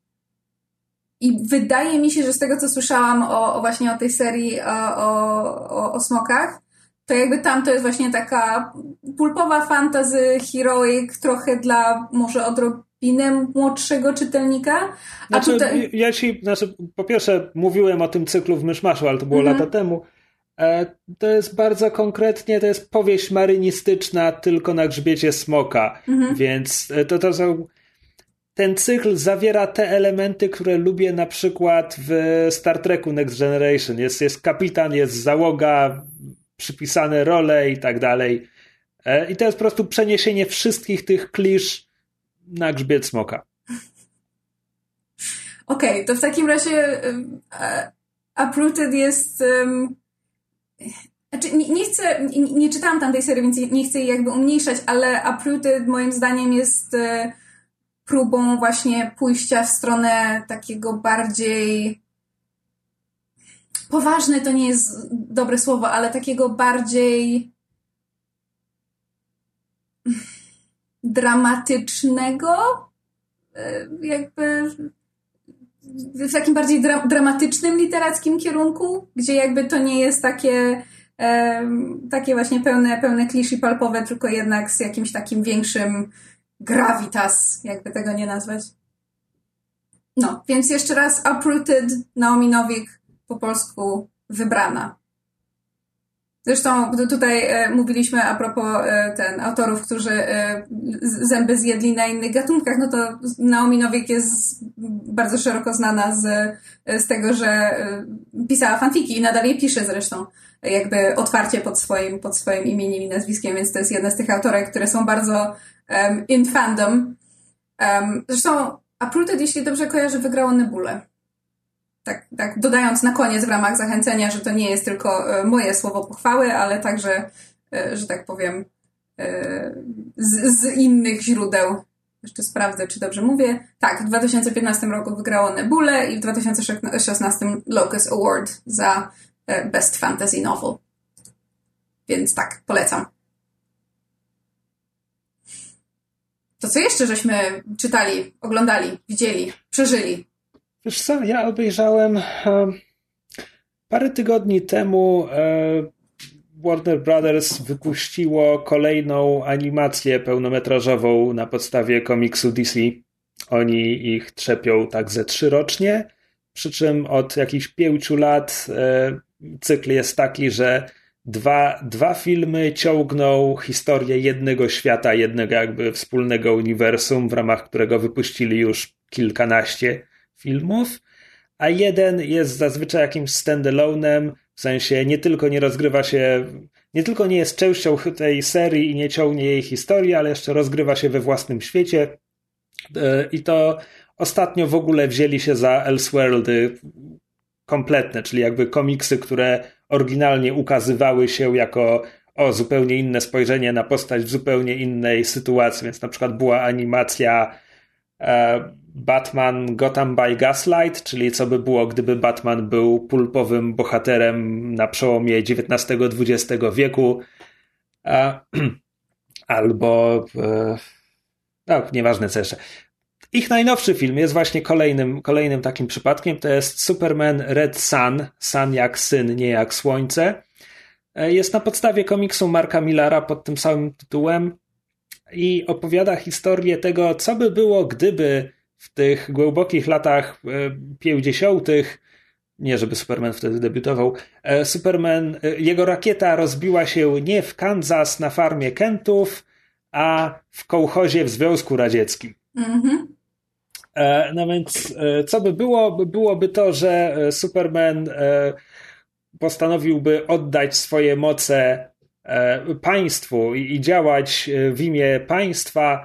I wydaje mi się, że z tego co słyszałam o, o właśnie o tej serii o, o, o, o smokach, to jakby tam to jest właśnie taka pulpowa fantasy, heroic, trochę dla może odrobinę młodszego czytelnika. A znaczy, tutaj... ja ci, znaczy, po pierwsze mówiłem o tym cyklu w Myszmaszu, ale to było mhm. lata temu. E, to jest bardzo konkretnie, to jest powieść marynistyczna tylko na grzbiecie smoka, mhm. więc to, to są... Ten cykl zawiera te elementy, które lubię na przykład w Star Treku Next Generation. Jest, jest kapitan, jest załoga, przypisane role i tak dalej. I to jest po prostu przeniesienie wszystkich tych klisz na grzbiet smoka. Okej, okay, to w takim razie um, uh, Uprooted jest... Um, znaczy nie, nie chcę, nie, nie czytałam tam tej serii, więc nie chcę jej jakby umniejszać, ale Uprooted moim zdaniem jest uh, próbą właśnie pójścia w stronę takiego bardziej... Poważne to nie jest dobre słowo, ale takiego bardziej dramatycznego, jakby w takim bardziej dra- dramatycznym literackim kierunku, gdzie jakby to nie jest takie um, takie właśnie pełne, pełne kliszy palpowe, tylko jednak z jakimś takim większym gravitas, jakby tego nie nazwać. No, więc jeszcze raz Uprooted, Naomi Nowik, po polsku Wybrana. Zresztą tutaj e, mówiliśmy a propos e, ten, autorów, którzy e, zęby zjedli na innych gatunkach, no to Naomi Nowik jest bardzo szeroko znana z, z tego, że e, pisała fanfiki i nadal je pisze zresztą, jakby otwarcie pod swoim, pod swoim imieniem i nazwiskiem, więc to jest jedna z tych autorek, które są bardzo um, in fandom. Um, zresztą Uprooted, jeśli dobrze kojarzę, wygrało Nebulę. Tak, tak, dodając na koniec w ramach zachęcenia, że to nie jest tylko e, moje słowo pochwały, ale także, e, że tak powiem, e, z, z innych źródeł. Jeszcze sprawdzę, czy dobrze mówię. Tak, w dwa tysiące piętnastym roku wygrało Nebulę i w dwa tysiące szesnastym Locus Award za e, Best Fantasy Novel. Więc tak, polecam. To co jeszcze żeśmy czytali, oglądali, widzieli, przeżyli? Wiesz co, ja obejrzałem e, parę tygodni temu e, Warner Brothers wypuściło kolejną animację pełnometrażową na podstawie komiksu D C. Oni ich trzepią tak ze trzy rocznie, przy czym od jakichś pięciu lat e, cykl jest taki, że dwa, dwa filmy ciągną historię jednego świata, jednego jakby wspólnego uniwersum, w ramach którego wypuścili już kilkanaście filmów, a jeden jest zazwyczaj jakimś standalone'em, w sensie nie tylko nie rozgrywa się, nie tylko nie jest częścią tej serii i nie ciągnie jej historii, ale jeszcze rozgrywa się we własnym świecie. I to ostatnio w ogóle wzięli się za Elseworldy kompletne, czyli jakby komiksy, które oryginalnie ukazywały się jako o zupełnie inne spojrzenie na postać w zupełnie innej sytuacji, więc na przykład była animacja Batman Gotham by Gaslight, czyli co by było, gdyby Batman był pulpowym bohaterem na przełomie dziewiętnastego dwudziestego wieku, albo no, nieważne co jeszcze. Ich najnowszy film jest właśnie kolejnym, kolejnym takim przypadkiem, to jest Superman Red Sun, sun jak syn, nie jak słońce. Jest na podstawie komiksu Marka Millara pod tym samym tytułem i opowiada historię tego, co by było, gdyby w tych głębokich latach pięćdziesiątych, nie żeby Superman wtedy debiutował, Superman, jego rakieta rozbiła się nie w Kansas na farmie Kentów, a w kołchozie w Związku Radzieckim. Mm-hmm. No więc co by było? Byłoby to, że Superman postanowiłby oddać swoje moce państwu i, i działać w imię państwa,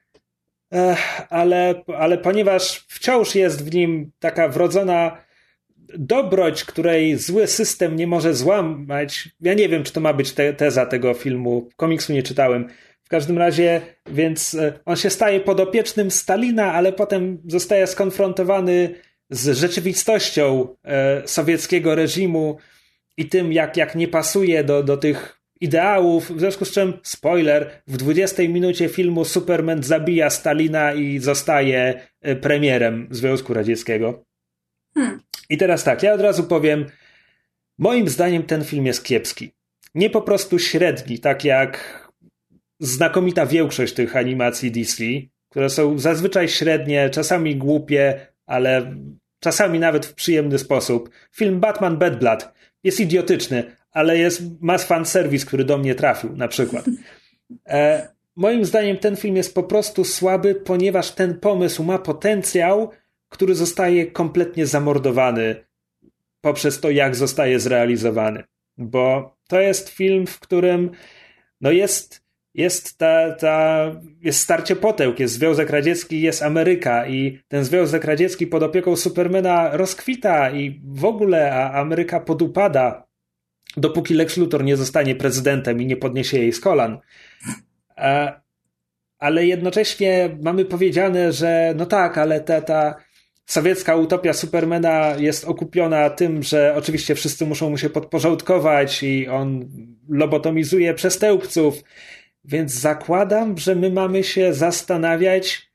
ale, ale ponieważ wciąż jest w nim taka wrodzona dobroć, której zły system nie może złamać. Ja nie wiem, czy to ma być te, teza tego filmu. Komiksu nie czytałem. W każdym razie, więc on się staje podopiecznym Stalina, ale potem zostaje skonfrontowany z rzeczywistością e, sowieckiego reżimu i tym, jak, jak nie pasuje do, do tych ideałów. W związku z czym, spoiler, w dwudziestej minucie filmu Superman zabija Stalina i zostaje premierem Związku Radzieckiego. Hmm. I teraz tak, ja od razu powiem, moim zdaniem ten film jest kiepski. Nie po prostu średni, tak jak znakomita większość tych animacji D C, które są zazwyczaj średnie, czasami głupie, ale czasami nawet w przyjemny sposób. Film Batman Bad Blood jest idiotyczny, ale jest mass fan service, który do mnie trafił, na przykład. E, moim zdaniem ten film jest po prostu słaby, ponieważ ten pomysł ma potencjał, który zostaje kompletnie zamordowany poprzez to, jak zostaje zrealizowany. Bo to jest film, w którym no jest, jest, ta, ta, jest starcie potełk, jest Związek Radziecki, jest Ameryka i ten Związek Radziecki pod opieką Supermana rozkwita i w ogóle a Ameryka podupada, dopóki Lex Luthor nie zostanie prezydentem i nie podniesie jej z kolan. A, ale jednocześnie mamy powiedziane, że no tak, ale ta, ta sowiecka utopia Supermana jest okupiona tym, że oczywiście wszyscy muszą mu się podporządkować i on lobotomizuje przestępców, więc zakładam, że my mamy się zastanawiać,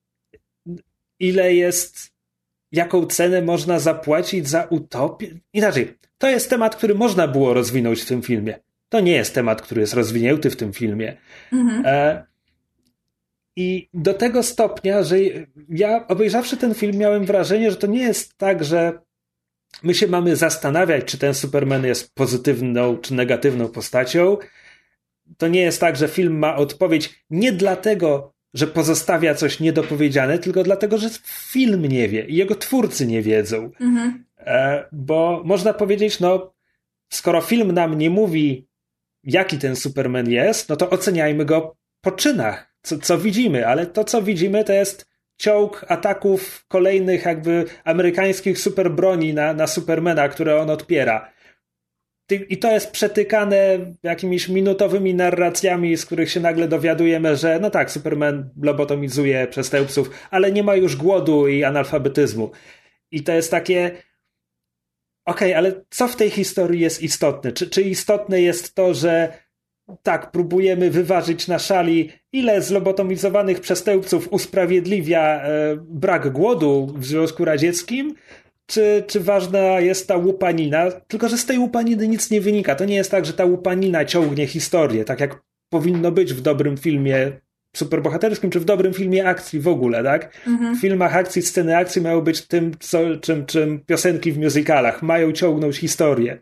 ile jest, jaką cenę można zapłacić za utopię. Inaczej, to jest temat, który można było rozwinąć w tym filmie. To nie jest temat, który jest rozwinięty w tym filmie. Mhm. E- I do tego stopnia, że ja obejrzawszy ten film miałem wrażenie, że to nie jest tak, że my się mamy zastanawiać, czy ten Superman jest pozytywną czy negatywną postacią. To nie jest tak, że film ma odpowiedź nie dlatego, że pozostawia coś niedopowiedziane, tylko dlatego, że film nie wie i jego twórcy nie wiedzą. Mhm. E, bo można powiedzieć, no skoro film nam nie mówi, jaki ten Superman jest, no to oceniajmy go po czynach. Co, co widzimy, ale to, co widzimy, to jest ciąg ataków kolejnych jakby amerykańskich superbroni na, na Supermana, które on odpiera. I to jest przetykane jakimiś minutowymi narracjami, z których się nagle dowiadujemy, że no tak, Superman lobotomizuje przestępców, ale nie ma już głodu i analfabetyzmu. I to jest takie okej, okay, ale co w tej historii jest istotne? Czy, czy istotne jest to, że tak, próbujemy wyważyć na szali, ile zlobotomizowanych przestępców usprawiedliwia e, brak głodu w Związku Radzieckim, czy, czy ważna jest ta łupanina? Tylko że z tej łupaniny nic nie wynika. To nie jest tak, że ta łupanina ciągnie historię, tak jak powinno być w dobrym filmie superbohaterskim, czy w dobrym filmie akcji w ogóle, tak? Mhm. W filmach akcji, sceny akcji mają być tym, co, czym, czym piosenki w musicalach. Mają ciągnąć historię.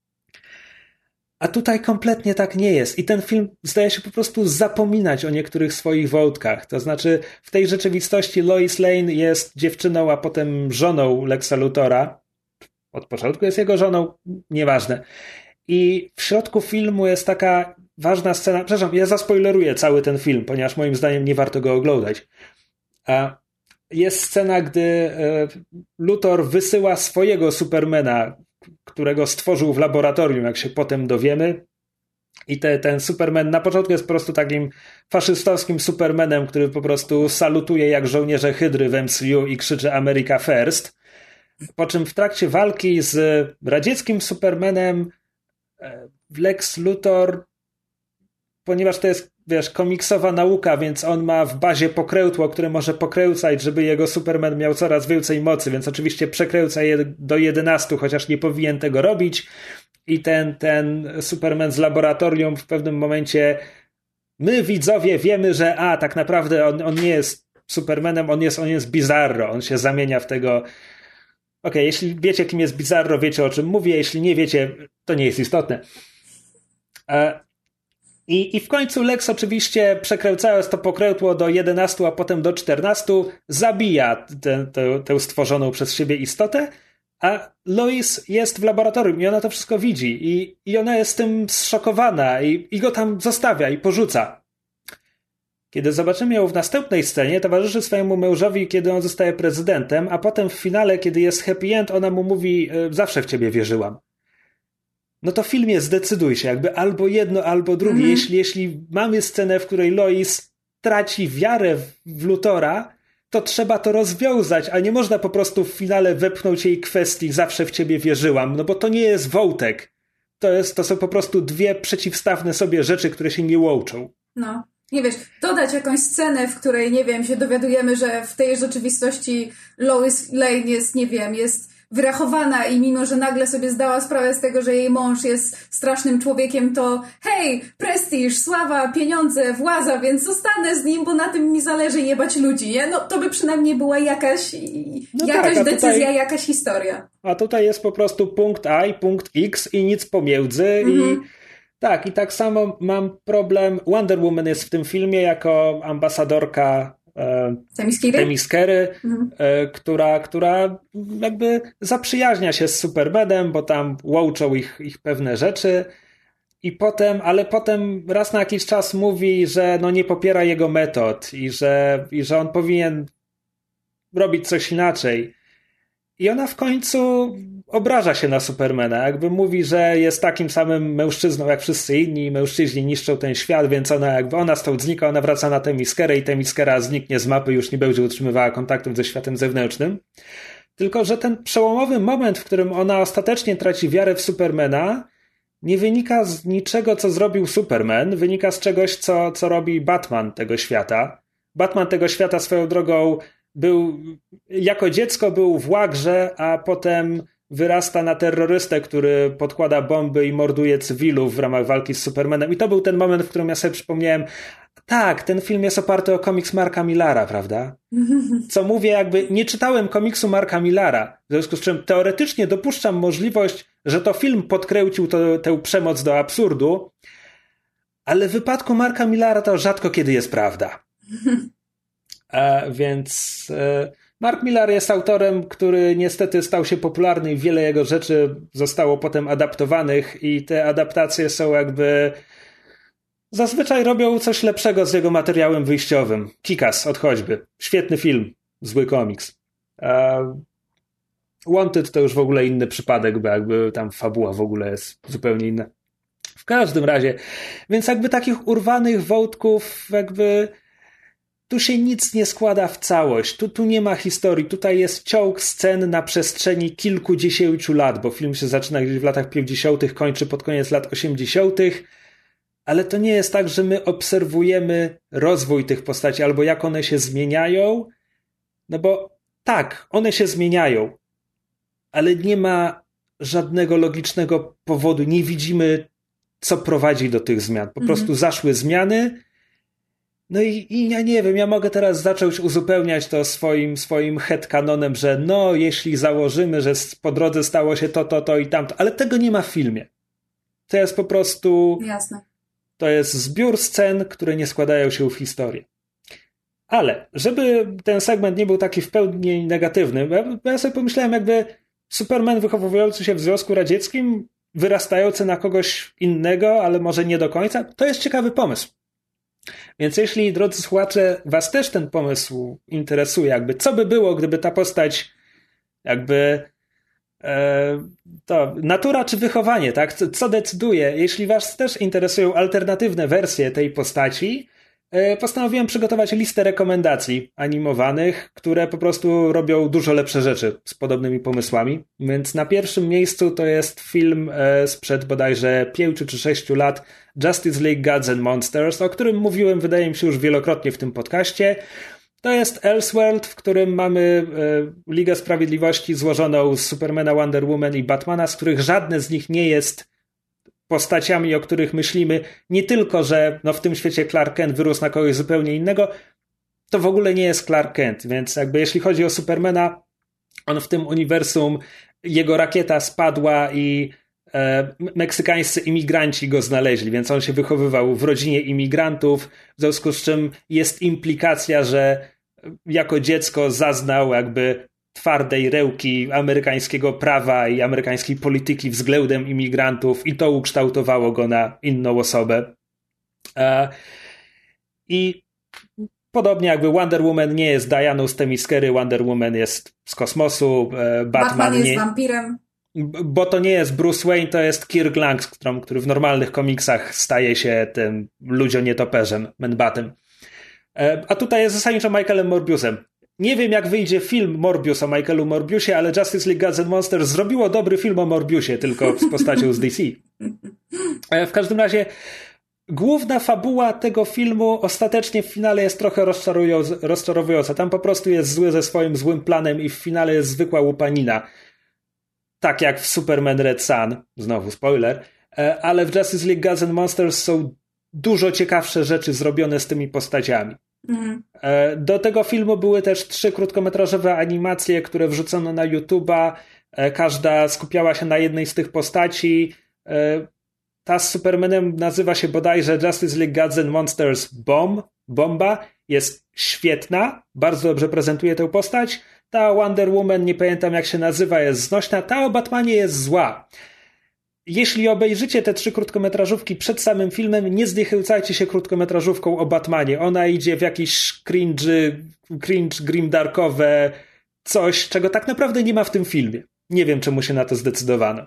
A tutaj kompletnie tak nie jest. I ten film zdaje się po prostu zapominać o niektórych swoich wątkach. To znaczy w tej rzeczywistości Lois Lane jest dziewczyną, a potem żoną Lexa Luthora. Od początku jest jego żoną, nieważne. I w środku filmu jest taka ważna scena. Przepraszam, ja zaspoileruję cały ten film, ponieważ moim zdaniem nie warto go oglądać. A jest scena, gdy Luthor wysyła swojego Supermana, którego stworzył w laboratorium, jak się potem dowiemy. I te, ten Superman na początku jest po prostu takim faszystowskim Supermanem, który po prostu salutuje jak żołnierze Hydry w M C U i krzyczy America First. Po czym w trakcie walki z radzieckim Supermanem Lex Luthor, ponieważ to jest, wiesz, komiksowa nauka, więc on ma w bazie pokrętło, które może pokręcać, żeby jego Superman miał coraz więcej mocy, więc oczywiście przekręca je do jedenastu, chociaż nie powinien tego robić. I ten, ten Superman z laboratorium w pewnym momencie, my widzowie wiemy, że a, tak naprawdę on, on nie jest Supermanem, on jest, on jest Bizarro, on się zamienia w tego. Okej, okay, jeśli wiecie, kim jest Bizarro, wiecie, o czym mówię, jeśli nie wiecie, to nie jest istotne. I, I w końcu Lex oczywiście, przekręcając to pokrętło do jedenastu, a potem do czternastu, zabija tę, tę, tę stworzoną przez siebie istotę A Lois jest w laboratorium i ona to wszystko widzi i, i ona jest tym zszokowana i, i go tam zostawia i porzuca. Kiedy zobaczymy ją w następnej scenie, towarzyszy swojemu mężowi, kiedy on zostaje prezydentem, a potem w finale, kiedy jest happy end, ona mu mówi: zawsze w ciebie wierzyłam. No to w filmie zdecyduj się, jakby albo jedno, albo drugie. Mm. Jeśli, jeśli mamy scenę, w której Lois traci wiarę w, w Luthora, to trzeba to rozwiązać, a nie można po prostu w finale wepchnąć jej kwestii zawsze w ciebie wierzyłam, no bo to nie jest wątek. To, jest, to są po prostu dwie przeciwstawne sobie rzeczy, które się nie łączą. No. Nie wiesz, dodać jakąś scenę, w której, nie wiem, się dowiadujemy, że w tej rzeczywistości Lois Lane jest, nie wiem, jest wyrachowana i mimo, że nagle sobie zdała sprawę z tego, że jej mąż jest strasznym człowiekiem, to hej, prestiż, sława, pieniądze, władza, więc zostanę z nim, bo na tym mi zależy, jebać ludzi, nie? No to by przynajmniej była jakaś, no jakaś tak, decyzja, tutaj, jakaś historia. A tutaj jest po prostu punkt A i punkt X i nic pomiędzy mhm. i tak, i tak samo mam problem. Wonder Woman jest w tym filmie jako ambasadorka e, Themysciry, mhm. e, która, która jakby zaprzyjaźnia się z Supermanem, bo tam łączą ich, ich pewne rzeczy i potem, ale potem raz na jakiś czas mówi, że no nie popiera jego metod i że, i że on powinien robić coś inaczej. I ona w końcu obraża się na Supermana, jakby mówi, że jest takim samym mężczyzną jak wszyscy inni, mężczyźni niszczą ten świat, więc ona jakby ona stąd znika, ona wraca na Themyscirę i Themyscira zniknie z mapy, już nie będzie utrzymywała kontaktów ze światem zewnętrznym. Tylko że ten przełomowy moment, w którym ona ostatecznie traci wiarę w Supermana, nie wynika z niczego, co zrobił Superman, wynika z czegoś, co, co robi Batman tego świata. Batman tego świata swoją drogą był, jako dziecko był w łagrze, a potem wyrasta na terrorystę, który podkłada bomby i morduje cywilów w ramach walki z Supermanem. I to był ten moment, w którym ja sobie przypomniałem, tak, ten film jest oparty o komiks Marka Millara, prawda? Co mówię, jakby nie czytałem komiksu Marka Millara, w związku z czym teoretycznie dopuszczam możliwość, że to film podkręcił to, tę przemoc do absurdu, ale w wypadku Marka Millara to rzadko kiedy jest prawda. A więc e, Mark Millar jest autorem, który niestety stał się popularny i wiele jego rzeczy zostało potem adaptowanych i te adaptacje są jakby zazwyczaj robią coś lepszego z jego materiałem wyjściowym. Kick-Ass od choćby. Świetny film, zły komiks. A Wanted to już w ogóle inny przypadek, bo jakby tam fabuła w ogóle jest zupełnie inna. W każdym razie, więc jakby takich urwanych wątków jakby tu się nic nie składa w całość, tu, tu nie ma historii, tutaj jest ciąg scen na przestrzeni kilkudziesięciu lat, bo film się zaczyna gdzieś w latach pięćdziesiątych, kończy pod koniec lat osiemdziesiątych, ale to nie jest tak, że my obserwujemy rozwój tych postaci albo jak one się zmieniają, no bo tak, one się zmieniają, ale nie ma żadnego logicznego powodu, nie widzimy, co prowadzi do tych zmian. Po mhm. prostu zaszły zmiany. No i, i ja nie wiem, ja mogę teraz zacząć uzupełniać to swoim, swoim headcanonem, że no, jeśli założymy, że po drodze stało się to, to, to i tamto, ale tego nie ma w filmie. To jest po prostu... Jasne. To jest zbiór scen, które nie składają się w historię. Ale, żeby ten segment nie był taki w pełni negatywny, bo ja sobie pomyślałem, jakby Superman wychowujący się w Związku Radzieckim, wyrastający na kogoś innego, ale może nie do końca, to jest ciekawy pomysł. Więc jeśli, drodzy słuchacze, was też ten pomysł interesuje, jakby co by było, gdyby ta postać jakby e, to natura czy wychowanie, tak? Co, co decyduje? Jeśli was też interesują alternatywne wersje tej postaci, e, postanowiłem przygotować listę rekomendacji animowanych, które po prostu robią dużo lepsze rzeczy z podobnymi pomysłami. Więc na pierwszym miejscu to jest film e, sprzed bodajże pięciu czy sześciu lat, Justice League Gods and Monsters, o którym mówiłem, wydaje mi się, już wielokrotnie w tym podcaście. To jest Elseworld, w którym mamy e, Ligę Sprawiedliwości złożoną z Supermana, Wonder Woman i Batmana, z których żadne z nich nie jest postaciami, o których myślimy. Nie tylko, że no, w tym świecie Clark Kent wyrósł na kogoś zupełnie innego, to w ogóle nie jest Clark Kent, więc jakby jeśli chodzi o Supermana, on w tym uniwersum, jego rakieta spadła i meksykańscy imigranci go znaleźli, więc on się wychowywał w rodzinie imigrantów, w związku z czym jest implikacja, że jako dziecko zaznał jakby twardej rełki amerykańskiego prawa i amerykańskiej polityki względem imigrantów i to ukształtowało go na inną osobę. I podobnie jakby Wonder Woman nie jest Dianą z Themyscira, Wonder Woman jest z kosmosu, Batman, Batman jest nie, wampirem. Bo to nie jest Bruce Wayne, to jest Kirk Langstrom, który w normalnych komiksach staje się tym ludzionietoperzem, Man-Batem. A tutaj jest zasadniczo Michaelem Morbiusem. Nie wiem, jak wyjdzie film Morbius o Michaelu Morbiusie, ale Justice League Gods and Monsters zrobiło dobry film o Morbiusie, tylko z postacią z D C. W każdym razie główna fabuła tego filmu ostatecznie w finale jest trochę rozczarowująca. Tam po prostu jest zły ze swoim złym planem i w finale jest zwykła łupanina. Tak jak w Superman Red Sun, znowu spoiler, ale w Justice League Gods and Monsters są dużo ciekawsze rzeczy zrobione z tymi postaciami. Mhm. Do tego filmu były też trzy krótkometrażowe animacje, które wrzucono na YouTube'a. Każda skupiała się na jednej z tych postaci. Ta z Supermanem nazywa się bodajże Justice League Gods and Monsters Bomb. Bomba jest świetna, bardzo dobrze prezentuje tę postać. Ta Wonder Woman, nie pamiętam jak się nazywa, jest znośna. Ta o Batmanie jest zła. Jeśli obejrzycie te trzy krótkometrażówki przed samym filmem, nie zniechęcajcie się krótkometrażówką o Batmanie. Ona idzie w jakieś cringe, cringe grimdarkowe coś, czego tak naprawdę nie ma w tym filmie. Nie wiem, czemu się na to zdecydowano.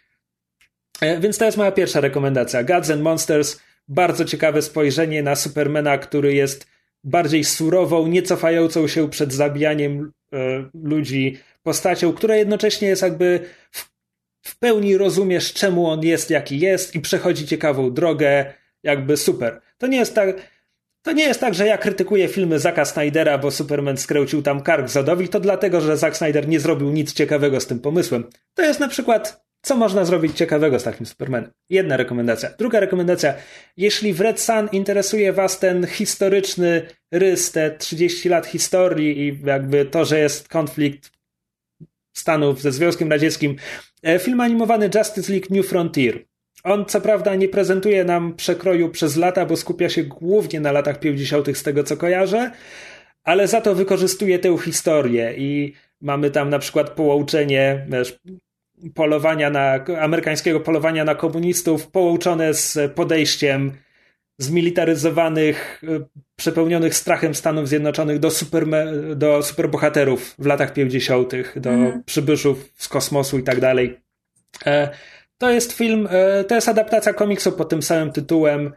Więc to jest moja pierwsza rekomendacja. Gods and Monsters, bardzo ciekawe spojrzenie na Supermana, który jest bardziej surową, nie cofającą się przed zabijaniem e, ludzi postacią, która jednocześnie jest jakby w, w pełni rozumiesz, czemu on jest, jaki jest i przechodzi ciekawą drogę, jakby super. To nie jest tak, to nie jest tak, że ja krytykuję filmy Zacka Snydera, bo Superman skręcił tam kark Zodowi, to dlatego, że Zack Snyder nie zrobił nic ciekawego z tym pomysłem. To jest na przykład, co można zrobić ciekawego z takim Supermanem. Jedna rekomendacja. Druga rekomendacja. Jeśli w Red Sun interesuje was ten historyczny rys, te trzydzieści lat historii i jakby to, że jest konflikt Stanów ze Związkiem Radzieckim, film animowany Justice League New Frontier. On co prawda nie prezentuje nam przekroju przez lata, bo skupia się głównie na latach pięćdziesiątych z tego co kojarzę, ale za to wykorzystuje tę historię i mamy tam na przykład połączenie wiesz, polowania na, amerykańskiego polowania na komunistów połączone z podejściem zmilitaryzowanych, przepełnionych strachem Stanów Zjednoczonych do, superme, do superbohaterów w latach pięćdziesiątych, do mm. przybyszów z kosmosu i tak dalej. To jest film, to jest adaptacja komiksu pod tym samym tytułem,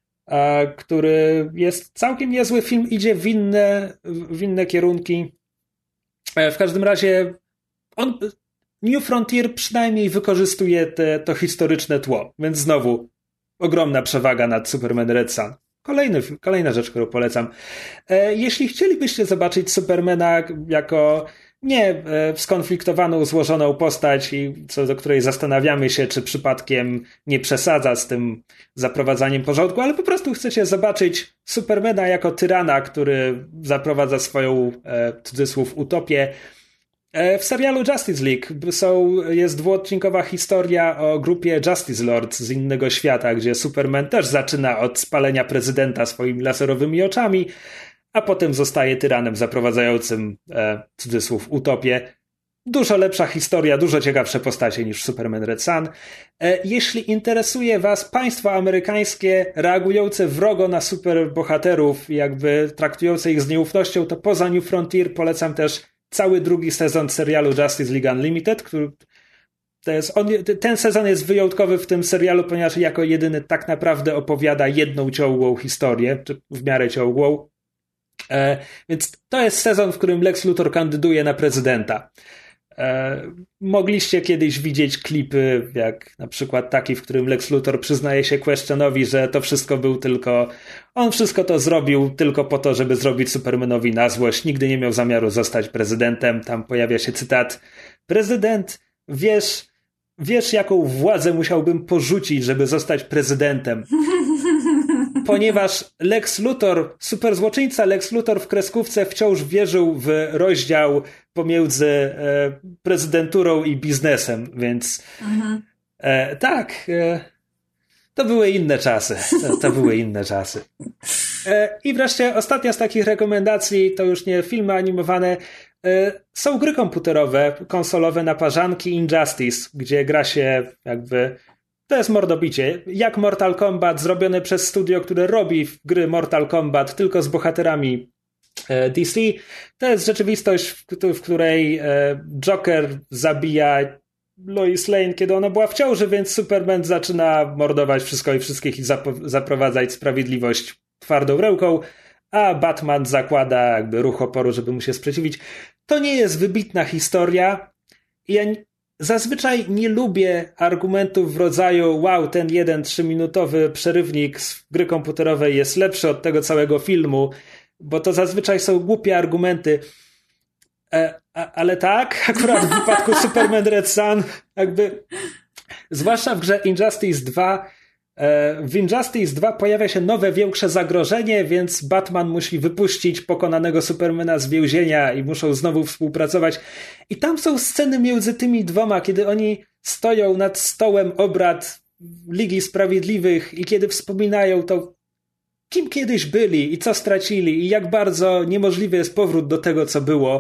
który jest całkiem niezły. Film idzie w inne, w inne kierunki. W każdym razie on, New Frontier przynajmniej wykorzystuje te, to historyczne tło, więc znowu ogromna przewaga nad Superman Red Sun. Kolejny, kolejna rzecz, którą polecam. Jeśli chcielibyście zobaczyć Supermana jako nie skonfliktowaną, złożoną postać, i co do której zastanawiamy się, czy przypadkiem nie przesadza z tym zaprowadzaniem porządku, ale po prostu chcecie zobaczyć Supermana jako tyrana, który zaprowadza swoją, e, cudzysłów, utopię. E, w serialu Justice League są, jest dwuodcinkowa historia o grupie Justice Lords z innego świata, gdzie Superman też zaczyna od spalenia prezydenta swoimi laserowymi oczami, a potem zostaje tyranem zaprowadzającym, e, cudzysłów, utopię. Dużo lepsza historia, dużo ciekawsze postacie niż Superman Red Sun. E, jeśli interesuje was państwo amerykańskie reagujące wrogo na superbohaterów i jakby traktujące ich z nieufnością, to poza New Frontier polecam też cały drugi sezon serialu Justice League Unlimited, który to jest, on, ten sezon jest wyjątkowy w tym serialu, ponieważ jako jedyny tak naprawdę opowiada jedną ciągłą historię, czy w miarę ciągłą. E, więc to jest sezon, w którym Lex Luthor kandyduje na prezydenta. E, mogliście kiedyś widzieć klipy, jak na przykład taki, w którym Lex Luthor przyznaje się Questionowi, że to wszystko był tylko, on wszystko to zrobił tylko po to, żeby zrobić Supermanowi na złość. Nigdy nie miał zamiaru zostać prezydentem. Tam pojawia się cytat: prezydent, wiesz, wiesz jaką władzę musiałbym porzucić, żeby zostać prezydentem. Ponieważ Lex Luthor, superzłoczyńca Lex Luthor w kreskówce wciąż wierzył w rozdział pomiędzy e, prezydenturą i biznesem, więc mhm. e, tak, e, to były inne czasy. To, to były inne czasy. E, I wreszcie ostatnia z takich rekomendacji, to już nie filmy animowane. Są gry komputerowe, konsolowe naparzanki, Injustice, gdzie gra się jakby... To jest mordobicie. Jak Mortal Kombat zrobione przez studio, które robi gry Mortal Kombat tylko z bohaterami D C. To jest rzeczywistość, w której Joker zabija Lois Lane, kiedy ona była w ciąży, więc Superman zaczyna mordować wszystko i wszystkich i zap- zaprowadzać sprawiedliwość twardą ręką, a Batman zakłada jakby ruch oporu, żeby mu się sprzeciwić. To nie jest wybitna historia. Ja zazwyczaj nie lubię argumentów w rodzaju wow, ten jeden trzyminutowy przerywnik z gry komputerowej jest lepszy od tego całego filmu, bo to zazwyczaj są głupie argumenty. E, a, ale tak, akurat w wypadku Superman Red Son, jakby zwłaszcza w grze Injustice dwa, e, w Injustice dwa pojawia się nowe, większe zagrożenie, więc Batman musi wypuścić pokonanego Supermana z więzienia i muszą znowu współpracować. I tam są sceny między tymi dwoma, kiedy oni stoją nad stołem obrad Ligi Sprawiedliwych i kiedy wspominają to, kim kiedyś byli i co stracili i jak bardzo niemożliwy jest powrót do tego, co było.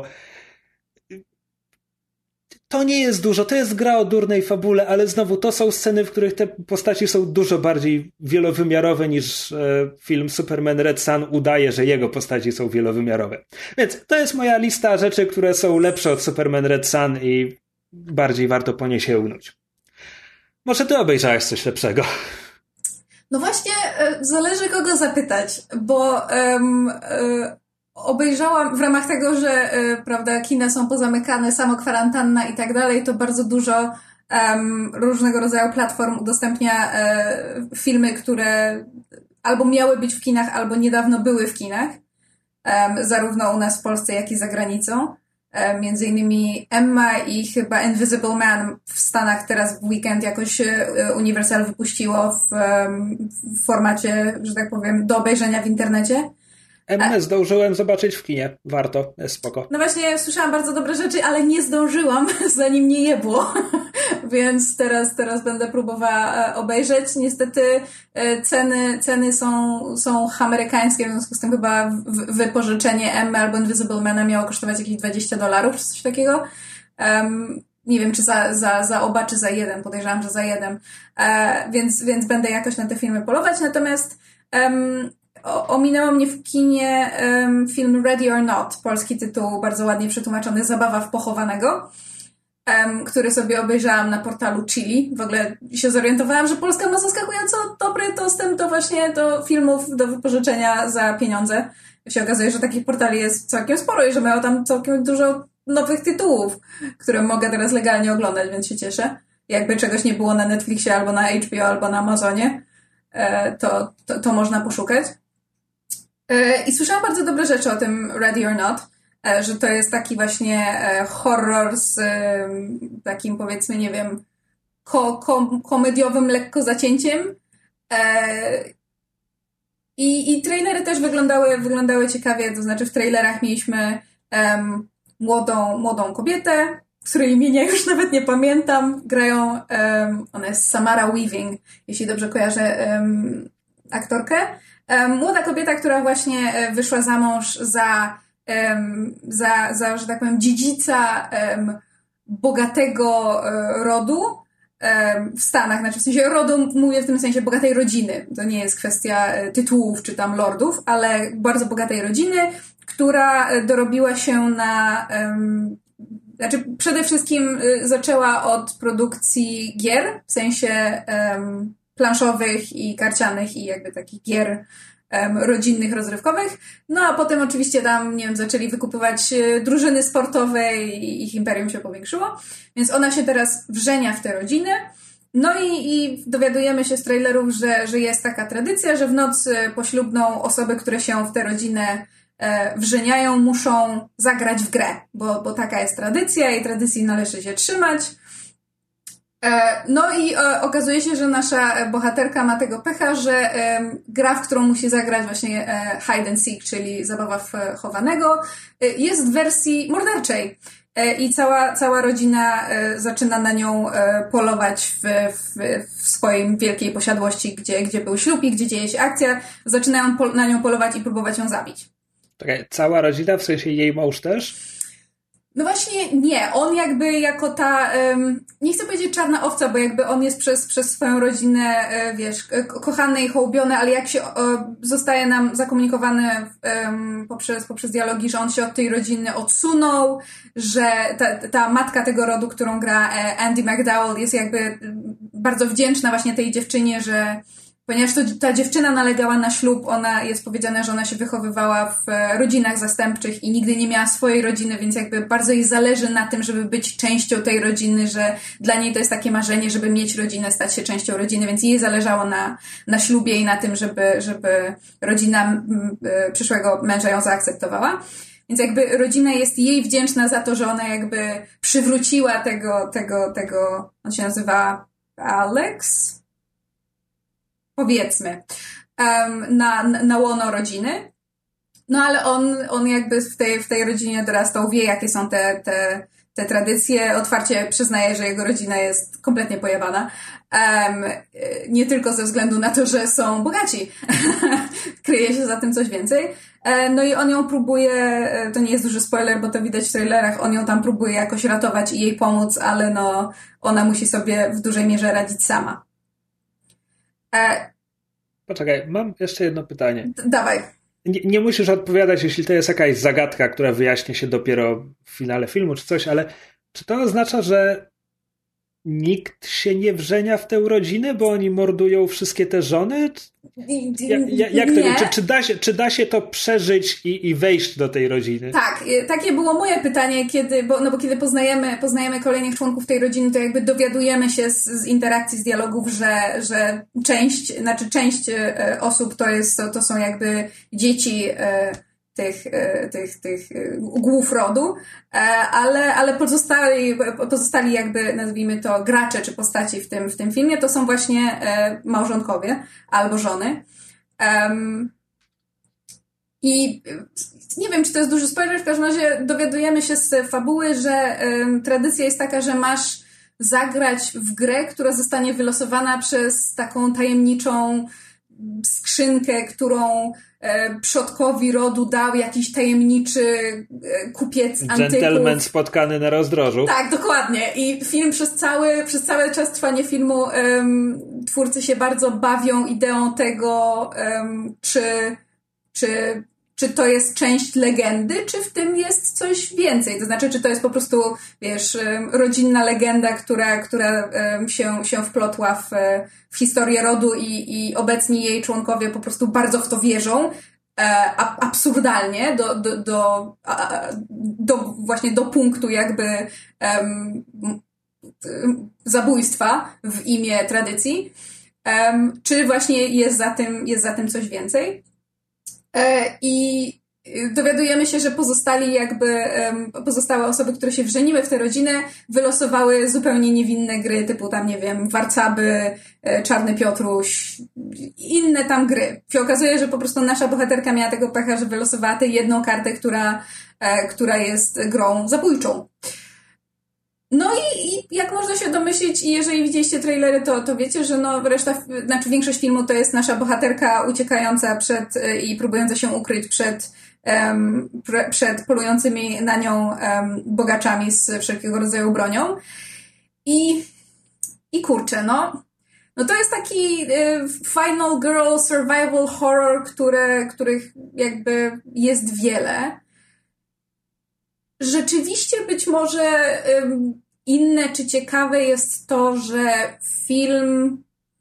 To nie jest dużo, to jest gra o durnej fabule, ale znowu to są sceny, w których te postaci są dużo bardziej wielowymiarowe niż e, film Superman Red Son udaje, że jego postaci są wielowymiarowe. Więc to jest moja lista rzeczy, które są lepsze od Superman Red Son i bardziej warto po nie sięgnąć. Może ty obejrzałeś coś lepszego? No właśnie, zależy kogo zapytać, bo um, um, obejrzałam w ramach tego, że um, prawda, kina są pozamykane, samokwarantanna i tak dalej, to bardzo dużo um, różnego rodzaju platform udostępnia um, filmy, które albo miały być w kinach, albo niedawno były w kinach, um, zarówno u nas w Polsce, jak i za granicą. Między innymi Emma i chyba Invisible Man w Stanach teraz w weekend jakoś Universal wypuściło w, w formacie, że tak powiem, do obejrzenia w internecie. Emmę zdążyłem zobaczyć w kinie. Warto, jest spoko. No właśnie, słyszałam bardzo dobre rzeczy, ale nie zdążyłam, zanim nie jebło. Więc teraz, teraz będę próbowała obejrzeć. Niestety ceny, ceny są, są amerykańskie, w związku z tym chyba wypożyczenie Emmy albo Invisible Mana miało kosztować jakieś dwadzieścia dolarów, czy coś takiego. Um, nie wiem, czy za, za, za oba, czy za jeden. Podejrzewam, że za jeden. E, więc, więc będę jakoś na te filmy polować. Natomiast um, ominęło mnie w kinie um, film Ready or Not, polski tytuł bardzo ładnie przetłumaczony, Zabawa w pochowanego, um, który sobie obejrzałam na portalu Chili. W ogóle się zorientowałam, że Polska ma zaskakująco dobry dostęp do właśnie do filmów do wypożyczenia za pieniądze. Się okazuje, że takich portali jest całkiem sporo i że mają tam całkiem dużo nowych tytułów, które mogę teraz legalnie oglądać, więc się cieszę. Jakby czegoś nie było na Netflixie albo na H B O albo na Amazonie, to, to, to można poszukać. I słyszałam bardzo dobre rzeczy o tym Ready or Not, że to jest taki właśnie horror z takim, powiedzmy, nie wiem, ko- ko- komediowym lekko zacięciem. I, i trailery też wyglądały, wyglądały ciekawie, to znaczy w trailerach mieliśmy um, młodą, młodą kobietę, której imienia już nawet nie pamiętam, grają, um, ona jest Samara Weaving, jeśli dobrze kojarzę um, aktorkę. Młoda kobieta, która właśnie wyszła za mąż za, za, za że tak powiem, dziedzica bogatego rodu w Stanach, znaczy w sensie rodu, mówię w tym sensie bogatej rodziny. To nie jest kwestia tytułów czy tam lordów, ale bardzo bogatej rodziny, która dorobiła się na, znaczy przede wszystkim zaczęła od produkcji gier, w sensie planszowych i karcianych i jakby takich gier um, rodzinnych, rozrywkowych. No a potem oczywiście tam, nie wiem, zaczęli wykupywać e, drużyny sportowe i ich imperium się powiększyło. Więc ona się teraz wrzenia w te rodziny. No i, i dowiadujemy się z trailerów, że, że jest taka tradycja, że w noc poślubną osoby, które się w tę rodzinę e, wrzeniają, muszą zagrać w grę, bo, bo taka jest tradycja i tradycji należy się trzymać. No i e, okazuje się, że nasza bohaterka ma tego pecha, że e, gra, w którą musi zagrać właśnie e, hide and seek, czyli zabawa w chowanego, e, jest w wersji morderczej. E, I cała, cała rodzina e, zaczyna na nią e, polować w, w, w swojej wielkiej posiadłości, gdzie, gdzie był ślub i gdzie dzieje się akcja. Zaczynają pol- na nią polować i próbować ją zabić. Czekaj, cała rodzina, w sensie jej mąż też? No właśnie nie, on jakby jako ta, um, nie chcę powiedzieć czarna owca, bo jakby on jest przez, przez swoją rodzinę, e, wiesz, kochany i hołubiony, ale jak się e, zostaje nam zakomunikowany um, poprzez, poprzez dialogi, że on się od tej rodziny odsunął, że ta, ta matka tego rodu, którą gra Andy McDowell, jest jakby bardzo wdzięczna właśnie tej dziewczynie, że ponieważ to, ta dziewczyna nalegała na ślub, ona jest powiedziane, że ona się wychowywała w rodzinach zastępczych i nigdy nie miała swojej rodziny, więc jakby bardzo jej zależy na tym, żeby być częścią tej rodziny, że dla niej to jest takie marzenie, żeby mieć rodzinę, stać się częścią rodziny, więc jej zależało na, na ślubie i na tym, żeby, żeby rodzina przyszłego męża ją zaakceptowała. Więc jakby rodzina jest jej wdzięczna za to, że ona jakby przywróciła tego, tego, tego, on się nazywa Alex? Powiedzmy, um, na, na łono rodziny. No ale on, on jakby w tej, w tej rodzinie dorastał, wie jakie są te, te, te tradycje, otwarcie przyznaje, że jego rodzina jest kompletnie pojebana. Um, nie tylko ze względu na to, że są bogaci. Kryje się za tym coś więcej. No i on ją próbuje, to nie jest duży spoiler, bo to widać w trailerach, on ją tam próbuje jakoś ratować i jej pomóc, ale no ona musi sobie w dużej mierze radzić sama. E... Poczekaj, mam jeszcze jedno pytanie. D- dawaj. Nie, nie musisz odpowiadać, jeśli to jest jakaś zagadka, która wyjaśni się dopiero w finale filmu czy coś, ale czy to oznacza, że nikt się nie wrzenia w tę rodzinę, bo oni mordują wszystkie te żony? Ja, ja, jak to, czy, czy, da się, czy da się to przeżyć i, i wejść do tej rodziny? Tak, takie było moje pytanie, kiedy, bo, no bo kiedy poznajemy, poznajemy kolejnych członków tej rodziny, to jakby dowiadujemy się z, z interakcji, z dialogów, że, że część, znaczy część osób to jest, to, to są jakby dzieci tych, tych, tych głów rodu, ale, ale pozostali, pozostali jakby, nazwijmy to, gracze czy postaci w tym, w tym filmie, to są właśnie małżonkowie albo żony. Um, I nie wiem, czy to jest duży spoiler, w każdym razie dowiadujemy się z fabuły, że um, tradycja jest taka, że masz zagrać w grę, która zostanie wylosowana przez taką tajemniczą skrzynkę, którą e, przodkowi rodu dał jakiś tajemniczy e, kupiec antyków. Gentleman spotkany na rozdrożu. Tak, dokładnie. I film przez cały, przez cały czas trwania filmu um, twórcy się bardzo bawią ideą tego, um, czy, czy, czy to jest część legendy, czy w tym jest coś więcej. To znaczy, czy to jest po prostu, wiesz, rodzinna legenda, która, która się, się wplotła w, w historię rodu i, i obecni jej członkowie po prostu bardzo w to wierzą. A, absurdalnie do, do, do, do właśnie do punktu jakby um, zabójstwa w imię tradycji. Um, czy właśnie jest za tym, jest za tym coś więcej? I dowiadujemy się, że pozostali jakby, pozostałe osoby, które się wrzeniły w tę rodzinę, wylosowały zupełnie niewinne gry, typu tam, nie wiem, Warcaby, Czarny Piotruś, inne tam gry. Się okazuje, że po prostu nasza bohaterka miała tego pecha, że wylosowała tę jedną kartę, która, która jest grą zabójczą. No i, i jak można się domyślić, i jeżeli widzieliście trailery, to, to wiecie, że no reszta, znaczy większość filmu to jest nasza bohaterka uciekająca przed i próbująca się ukryć przed, um, pre, przed polującymi na nią um, bogaczami z wszelkiego rodzaju bronią. I, i kurczę, no, no to jest taki y, final girl survival horror, które, których jakby jest wiele. Rzeczywiście być może um, inne czy ciekawe jest to, że film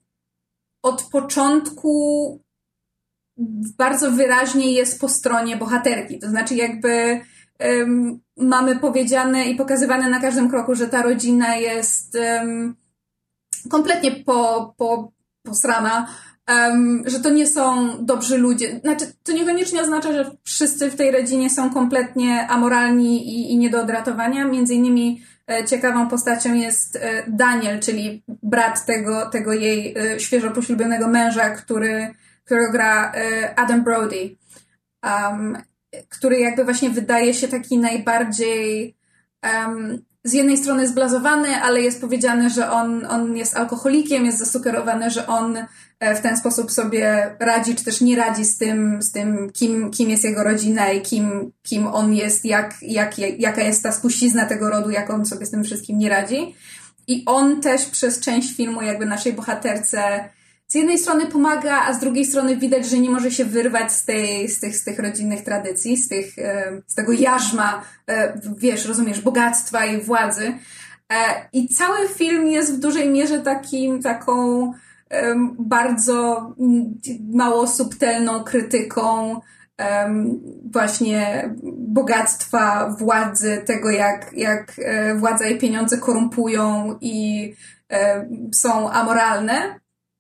od początku bardzo wyraźnie jest po stronie bohaterki. To znaczy jakby um, mamy powiedziane i pokazywane na każdym kroku, że ta rodzina jest um, kompletnie po, po, posrana, um, że to nie są dobrzy ludzie. Znaczy, to niekoniecznie oznacza, że wszyscy w tej rodzinie są kompletnie amoralni i, i nie do odratowania. Między innymi e, ciekawą postacią jest e, Daniel, czyli brat tego, tego jej e, świeżo poślubionego męża, który, którego gra e, Adam Brody, um, który jakby właśnie wydaje się taki najbardziej um, z jednej strony zblazowany, ale jest powiedziane, że on, on jest alkoholikiem, jest zasugerowane, że on w ten sposób sobie radzi, czy też nie radzi z tym, z tym kim, kim jest jego rodzina i kim, kim on jest, jak, jak, jaka jest ta spuścizna tego rodu, jak on sobie z tym wszystkim nie radzi. I on też przez część filmu jakby naszej bohaterce z jednej strony pomaga, a z drugiej strony widać, że nie może się wyrwać z, tej, z, tych, z tych rodzinnych tradycji, z, tych, z tego jarzma, wiesz, rozumiesz, bogactwa i władzy. I cały film jest w dużej mierze takim, taką bardzo mało subtelną krytyką właśnie bogactwa, władzy, tego jak, jak władza i pieniądze korumpują i są amoralne.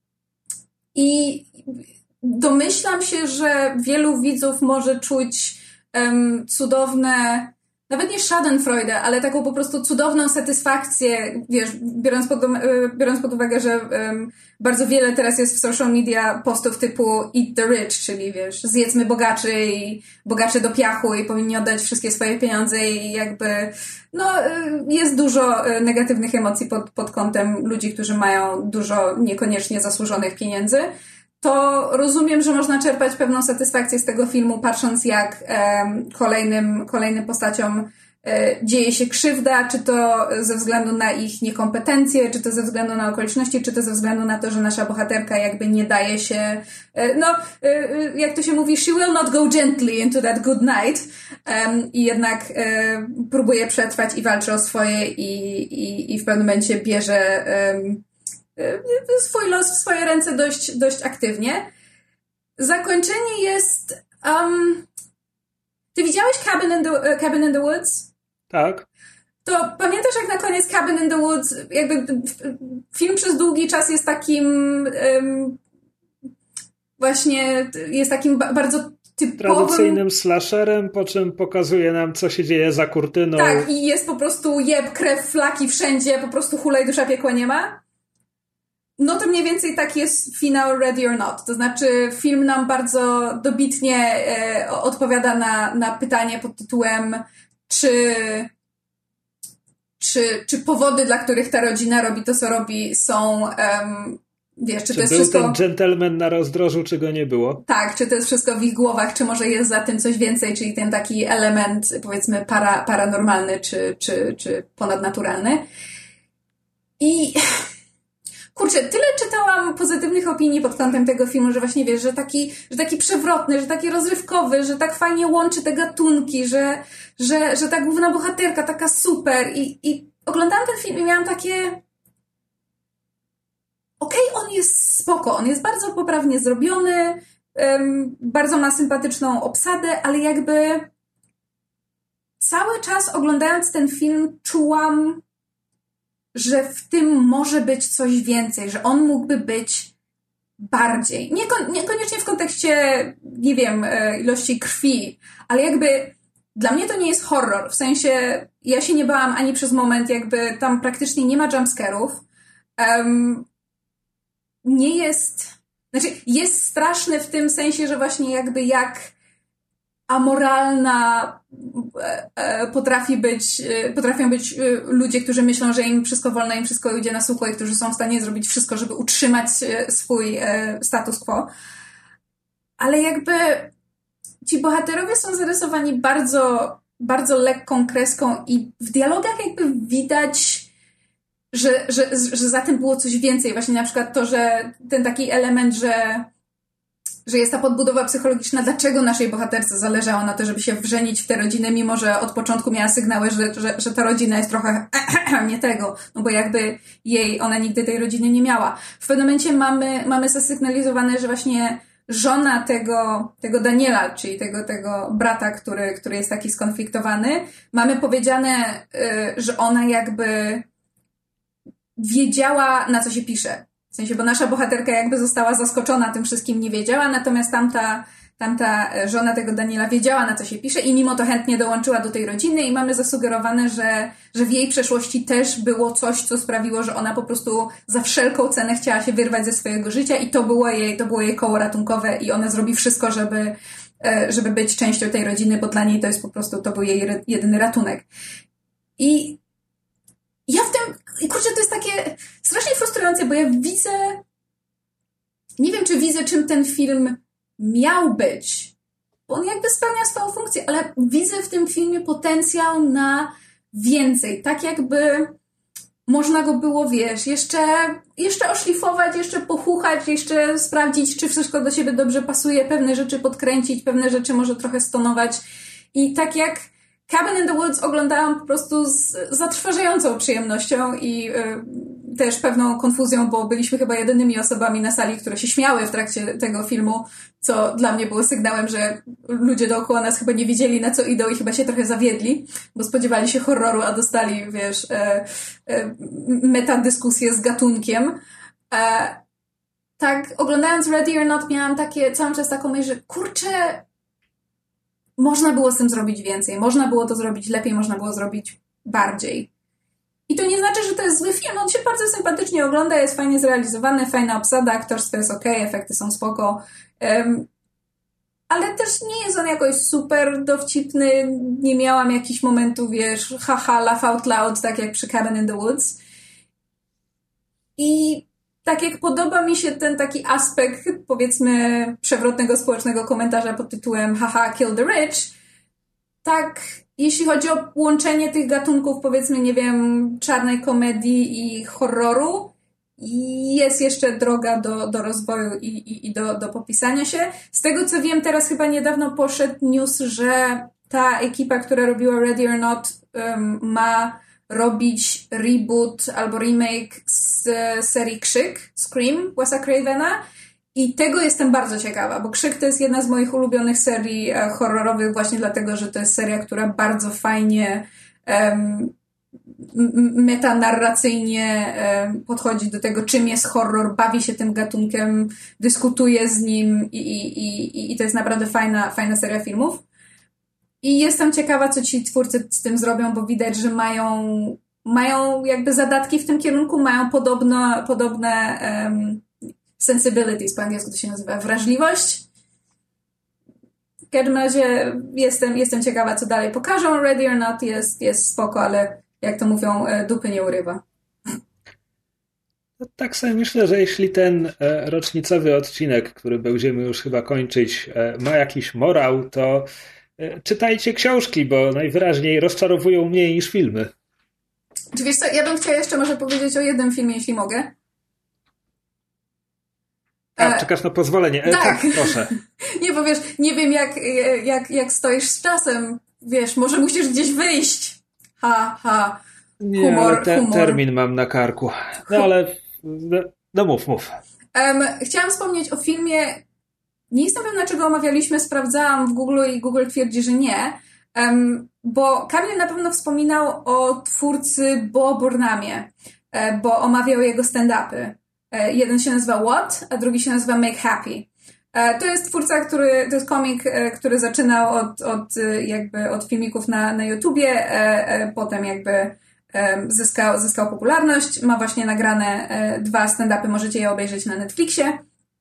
I domyślam się, że wielu widzów może czuć um, cudowne, nawet nie schadenfreude, ale taką po prostu cudowną satysfakcję, wiesz, biorąc pod, biorąc pod uwagę, że um, bardzo wiele teraz jest w social media postów typu eat the rich, czyli wiesz, zjedzmy bogaczy i bogacze do piachu i powinni oddać wszystkie swoje pieniądze i jakby, no, jest dużo negatywnych emocji pod, pod kątem ludzi, którzy mają dużo niekoniecznie zasłużonych pieniędzy. To rozumiem, że można czerpać pewną satysfakcję z tego filmu, patrząc jak um, kolejnym, kolejnym postaciom e, dzieje się krzywda, czy to ze względu na ich niekompetencje, czy to ze względu na okoliczności, czy to ze względu na to, że nasza bohaterka jakby nie daje się, e, no, e, jak to się mówi, she will not go gently into that good night um, i jednak e, próbuje przetrwać i walczy o swoje i, i, i w pewnym momencie bierze um, swój los w swoje ręce dość, dość aktywnie. Zakończenie jest... Um, ty widziałeś Cabin in the, Cabin in the Woods? Tak. To pamiętasz, jak na koniec Cabin in the Woods jakby film przez długi czas jest takim um, właśnie jest takim bardzo typowym... tradycyjnym slasherem, po czym pokazuje nam, co się dzieje za kurtyną. Tak, i jest po prostu jeb, krew, flaki wszędzie, po prostu hulaj dusza, piekła nie ma. No to mniej więcej tak jest finał Ready or Not. To znaczy film nam bardzo dobitnie e, odpowiada na, na pytanie pod tytułem czy, czy, czy powody, dla których ta rodzina robi to, co robi, są um, wiesz, czy, czy to jest był wszystko... ten gentleman na rozdrożu, czy go nie było? Tak, czy to jest wszystko w ich głowach, czy może jest za tym coś więcej, czyli ten taki element, powiedzmy, para, paranormalny, czy, czy, czy ponadnaturalny. I... Kurczę, tyle czytałam pozytywnych opinii pod kątem tego filmu, że właśnie wiesz, że taki, że taki przewrotny, że taki rozrywkowy, że tak fajnie łączy te gatunki, że, że, że ta główna bohaterka taka super i, i oglądałam ten film i miałam takie okej, okay, on jest spoko, on jest bardzo poprawnie zrobiony, um, bardzo ma sympatyczną obsadę, ale jakby cały czas oglądając ten film czułam, że w tym może być coś więcej, że on mógłby być bardziej. Nieko- niekoniecznie w kontekście, nie wiem, ilości krwi, ale jakby dla mnie to nie jest horror. W sensie ja się nie bałam ani przez moment, jakby tam praktycznie nie ma jumpscarów. Um, nie jest... Znaczy jest straszny w tym sensie, że właśnie jakby jak amoralna potrafi być, potrafią być ludzie, którzy myślą, że im wszystko wolno, im wszystko idzie na sucho i którzy są w stanie zrobić wszystko, żeby utrzymać swój status quo. Ale jakby ci bohaterowie są zarysowani bardzo, bardzo lekką kreską i w dialogach jakby widać, że, że, że za tym było coś więcej. Właśnie na przykład to, że ten taki element, że że jest ta podbudowa psychologiczna, dlaczego naszej bohaterce zależało na to, żeby się wrzenić w tę rodzinę, mimo że od początku miała sygnały, że, że, że ta rodzina jest trochę nie tego, no bo jakby jej, ona nigdy tej rodziny nie miała. W pewnym momencie mamy, mamy zasygnalizowane, że właśnie żona tego, tego Daniela, czyli tego, tego brata, który, który jest taki skonfliktowany, mamy powiedziane, że ona jakby wiedziała, na co się pisze. W sensie, bo nasza bohaterka jakby została zaskoczona tym wszystkim, nie wiedziała, natomiast tamta, tamta żona tego Daniela wiedziała, na co się pisze i mimo to chętnie dołączyła do tej rodziny i mamy zasugerowane, że, że w jej przeszłości też było coś, co sprawiło, że ona po prostu za wszelką cenę chciała się wyrwać ze swojego życia i to było jej, to było jej koło ratunkowe i ona zrobi wszystko, żeby, żeby być częścią tej rodziny, bo dla niej to jest po prostu, to był jej jedyny ratunek. I ja w tym, kurczę, to jest takie strasznie frustrujące, bo ja widzę nie wiem, czy widzę, czym ten film miał być, bo on jakby spełnia swoją funkcję, ale widzę w tym filmie potencjał na więcej. Tak jakby można go było, wiesz, jeszcze, jeszcze oszlifować, jeszcze pochuchać, jeszcze sprawdzić, czy wszystko do siebie dobrze pasuje, pewne rzeczy podkręcić, pewne rzeczy może trochę stonować. I tak jak Cabin in the Woods oglądałam po prostu z zatrważającą przyjemnością i y, też pewną konfuzją, bo byliśmy chyba jedynymi osobami na sali, które się śmiały w trakcie tego filmu, co dla mnie było sygnałem, że ludzie dookoła nas chyba nie wiedzieli, na co idą i chyba się trochę zawiedli, bo spodziewali się horroru, a dostali, wiesz, e, e, metadyskusję z gatunkiem. E, tak, oglądając Ready or Not miałam takie, cały czas taką myśl, że kurczę, można było z tym zrobić więcej, można było to zrobić lepiej, można było zrobić bardziej. I to nie znaczy, że to jest zły film, on się bardzo sympatycznie ogląda, jest fajnie zrealizowany, fajna obsada, aktorstwo jest okej, okay, efekty są spoko, um, ale też nie jest on jakoś super dowcipny, nie miałam jakichś momentów, wiesz, haha, laugh out loud, tak jak przy Cabin in the Woods. I tak jak podoba mi się ten taki aspekt, powiedzmy, przewrotnego społecznego komentarza pod tytułem haha, kill the rich, tak jeśli chodzi o łączenie tych gatunków, powiedzmy, nie wiem, czarnej komedii i horroru, jest jeszcze droga do, do rozwoju i, i, i do, do popisania się. Z tego co wiem, teraz chyba niedawno poszedł news, że ta ekipa, która robiła Ready or Not, um, ma robić reboot albo remake z serii Krzyk, Scream, Wesa Cravena. I tego jestem bardzo ciekawa, bo Krzyk to jest jedna z moich ulubionych serii e, horrorowych właśnie dlatego, że to jest seria, która bardzo fajnie um, metanarracyjnie um, podchodzi do tego, czym jest horror, bawi się tym gatunkiem, dyskutuje z nim i, i, i, i to jest naprawdę fajna, fajna seria filmów. I jestem ciekawa, co ci twórcy z tym zrobią, bo widać, że mają, mają jakby zadatki w tym kierunku, mają podobno, podobne um, sensibilities, po angielsku to się nazywa wrażliwość. W każdym razie jestem, jestem ciekawa, co dalej pokażą. Ready or Not jest, jest spoko, ale jak to mówią, dupy nie urywa. No, tak sobie myślę, że jeśli ten e, rocznicowy odcinek, który będziemy już chyba kończyć, e, ma jakiś morał, to e, czytajcie książki, bo najwyraźniej rozczarowują mniej niż filmy. Czy wiesz co, ja bym chciała jeszcze może powiedzieć o jednym filmie, jeśli mogę. A, czekasz na pozwolenie. E, tak. tak, proszę. Nie, bo wiesz, nie wiem jak, jak, jak stoisz z czasem. Wiesz, może musisz gdzieś wyjść. Ha, ha. Nie, humor, ale te, humor. termin mam na karku. No ale, no, no mów, mów. Um, chciałam wspomnieć o filmie, nie jestem pewna, czego omawialiśmy, sprawdzałam w Google i Google twierdzi, że nie, um, bo Kamil na pewno wspominał o twórcy Bo Burnhamie, bo omawiał jego stand-upy. Jeden się nazywa What, a drugi się nazywa Make Happy. To jest twórca, który, to jest komik, który zaczynał od, od jakby od filmików na, na YouTubie, potem jakby zyskał, zyskał popularność, ma właśnie nagrane dwa stand-upy, możecie je obejrzeć na Netflixie.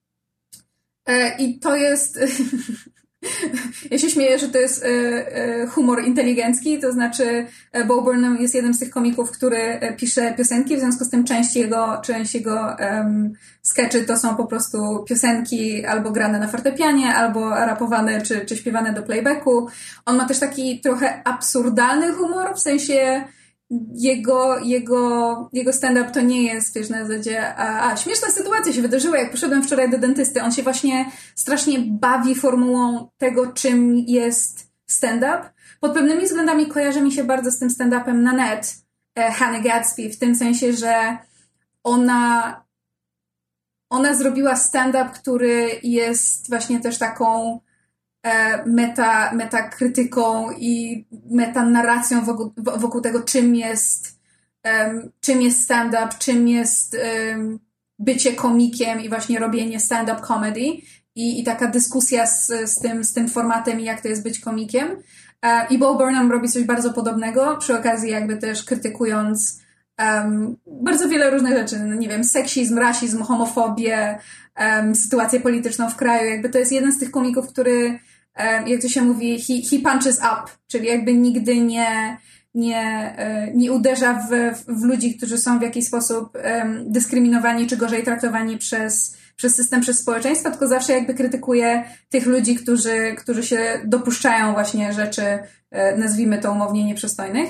I to jest... Ja się śmieję, że to jest humor inteligencki, to znaczy Bo Burnham jest jednym z tych komików, który pisze piosenki, w związku z tym część jego, część jego um, skeczy to są po prostu piosenki albo grane na fortepianie, albo rapowane czy, czy śpiewane do playbacku. On ma też taki trochę absurdalny humor, w sensie jego, jego, jego stand-up to nie jest, wiesz, na zasadzie a, a, śmieszna sytuacja się wydarzyła, jak poszedłem wczoraj do dentysty. On się właśnie strasznie bawi formułą tego, czym jest stand-up. Pod pewnymi względami kojarzy mi się bardzo z tym stand-upem Nanette, e, Hannah Gadsby, w tym sensie, że ona ona zrobiła stand-up, który jest właśnie też taką meta, metakrytyką i metanarracją wokół, wokół tego, czym jest um, czym jest stand-up, czym jest um, bycie komikiem i właśnie robienie stand-up comedy i, i taka dyskusja z, z, tym, z tym formatem i jak to jest być komikiem. Um, I Bo Burnham robi coś bardzo podobnego, przy okazji jakby też krytykując um, bardzo wiele różnych rzeczy, no nie wiem, seksizm, rasizm, homofobię, um, sytuację polityczną w kraju. Jakby to jest jeden z tych komików, który jak to się mówi, he, he punches up, czyli jakby nigdy nie, nie, nie uderza w, w ludzi, którzy są w jakiś sposób um, dyskryminowani czy gorzej traktowani przez, przez system, przez społeczeństwo, tylko zawsze jakby krytykuje tych ludzi, którzy, którzy się dopuszczają właśnie rzeczy, nazwijmy to umownie, nieprzystojnych.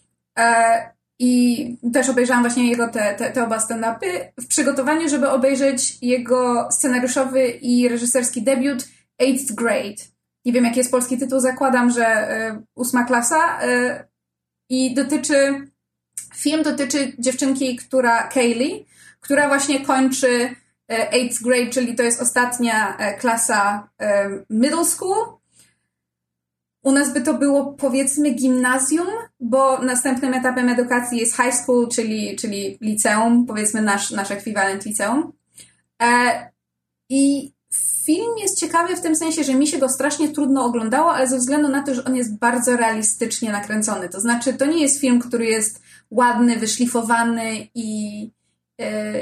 I też obejrzałam właśnie jego te, te, te oba stand-upy w przygotowaniu, żeby obejrzeć jego scenariuszowy i reżyserski debiut Eighth Grade. Nie wiem, jaki jest polski tytuł, zakładam, że y, ósma klasa. Y, I dotyczy, film dotyczy dziewczynki, która, Kaylee, która właśnie kończy y, Eighth Grade, czyli to jest ostatnia y, klasa y, middle school. U nas by to było, powiedzmy, gimnazjum, bo następnym etapem edukacji jest high school, czyli, czyli liceum, powiedzmy nasz, nasz ekwiwalent liceum. E, I film jest ciekawy w tym sensie, że mi się go strasznie trudno oglądało, ale ze względu na to, że on jest bardzo realistycznie nakręcony. To znaczy, to nie jest film, który jest ładny, wyszlifowany i e,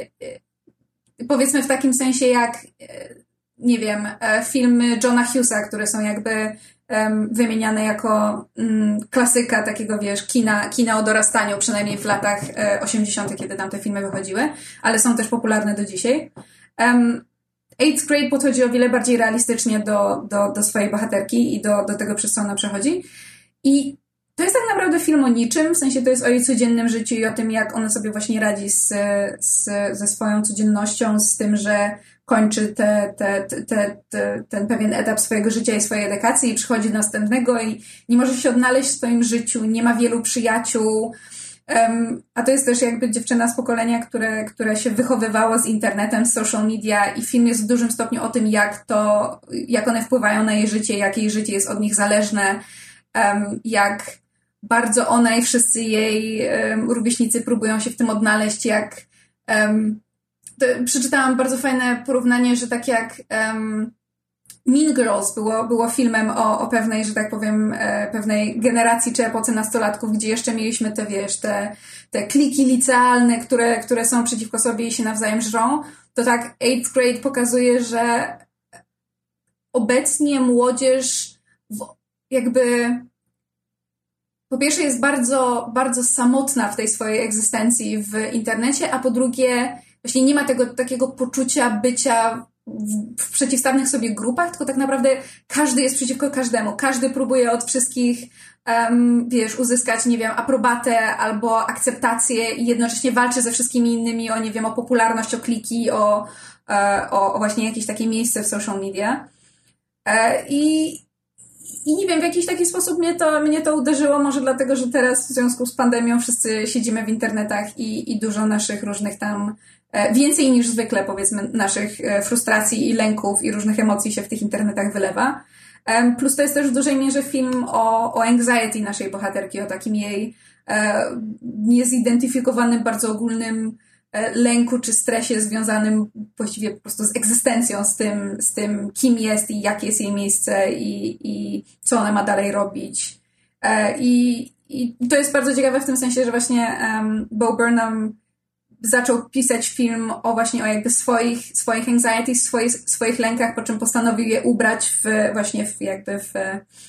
e, powiedzmy w takim sensie jak, e, nie wiem, e, filmy Johna Hughesa, które są jakby Um, wymieniane jako um, klasyka takiego, wiesz, kina, kina o dorastaniu, przynajmniej w latach e, osiemdziesiątych, kiedy tam te filmy wychodziły, ale są też popularne do dzisiaj. Um, Eighth Grade podchodzi o wiele bardziej realistycznie do, do, do swojej bohaterki i do, do tego, przez co ona przechodzi. I to jest tak naprawdę film o niczym, w sensie to jest o jej codziennym życiu i o tym, jak ona sobie właśnie radzi z, z, ze swoją codziennością, z tym, że kończy te, te, te, te, ten pewien etap swojego życia i swojej edukacji i przychodzi do następnego i nie może się odnaleźć w swoim życiu, nie ma wielu przyjaciół. Um, a to jest też jakby dziewczyna z pokolenia, które, które się wychowywało z internetem, z social media i film jest w dużym stopniu o tym, jak to, jak one wpływają na jej życie, jak jej życie jest od nich zależne, um, jak bardzo ona i wszyscy jej um, rówieśnicy próbują się w tym odnaleźć, jak um, to, przeczytałam bardzo fajne porównanie, że tak jak um, Mean Girls było, było filmem o, o pewnej, że tak powiem, e, pewnej generacji czy epoce nastolatków, gdzie jeszcze mieliśmy te, wiesz, te, te kliki licealne, które, które są przeciwko sobie i się nawzajem żrą, to tak Eighth Grade pokazuje, że obecnie młodzież w, jakby po pierwsze jest bardzo, bardzo samotna w tej swojej egzystencji w internecie, a po drugie właśnie nie ma tego takiego poczucia bycia w, w przeciwstawnych sobie grupach, tylko tak naprawdę każdy jest przeciwko każdemu. Każdy próbuje od wszystkich, um, wiesz, uzyskać, nie wiem, aprobatę albo akceptację i jednocześnie walczy ze wszystkimi innymi o, nie wiem, o popularność, o kliki, o, o, o właśnie jakieś takie miejsce w social media. I I nie wiem, w jakiś taki sposób mnie to, mnie to uderzyło, może dlatego, że teraz w związku z pandemią wszyscy siedzimy w internetach i, i dużo naszych różnych tam, e, więcej niż zwykle powiedzmy, naszych e, frustracji i lęków i różnych emocji się w tych internetach wylewa. E, plus to jest też w dużej mierze film o, o anxiety naszej bohaterki, o takim jej e, niezidentyfikowanym, bardzo ogólnym lęku czy stresie związanym właściwie po prostu z egzystencją, z tym, z tym kim jest i jakie jest jej miejsce i, i co ona ma dalej robić. I, i to jest bardzo ciekawe w tym sensie, że właśnie um, Bo Burnham zaczął pisać film o właśnie o jakby swoich, swoich anxieties, swoich, swoich lękach, po czym postanowił je ubrać w właśnie w jakby w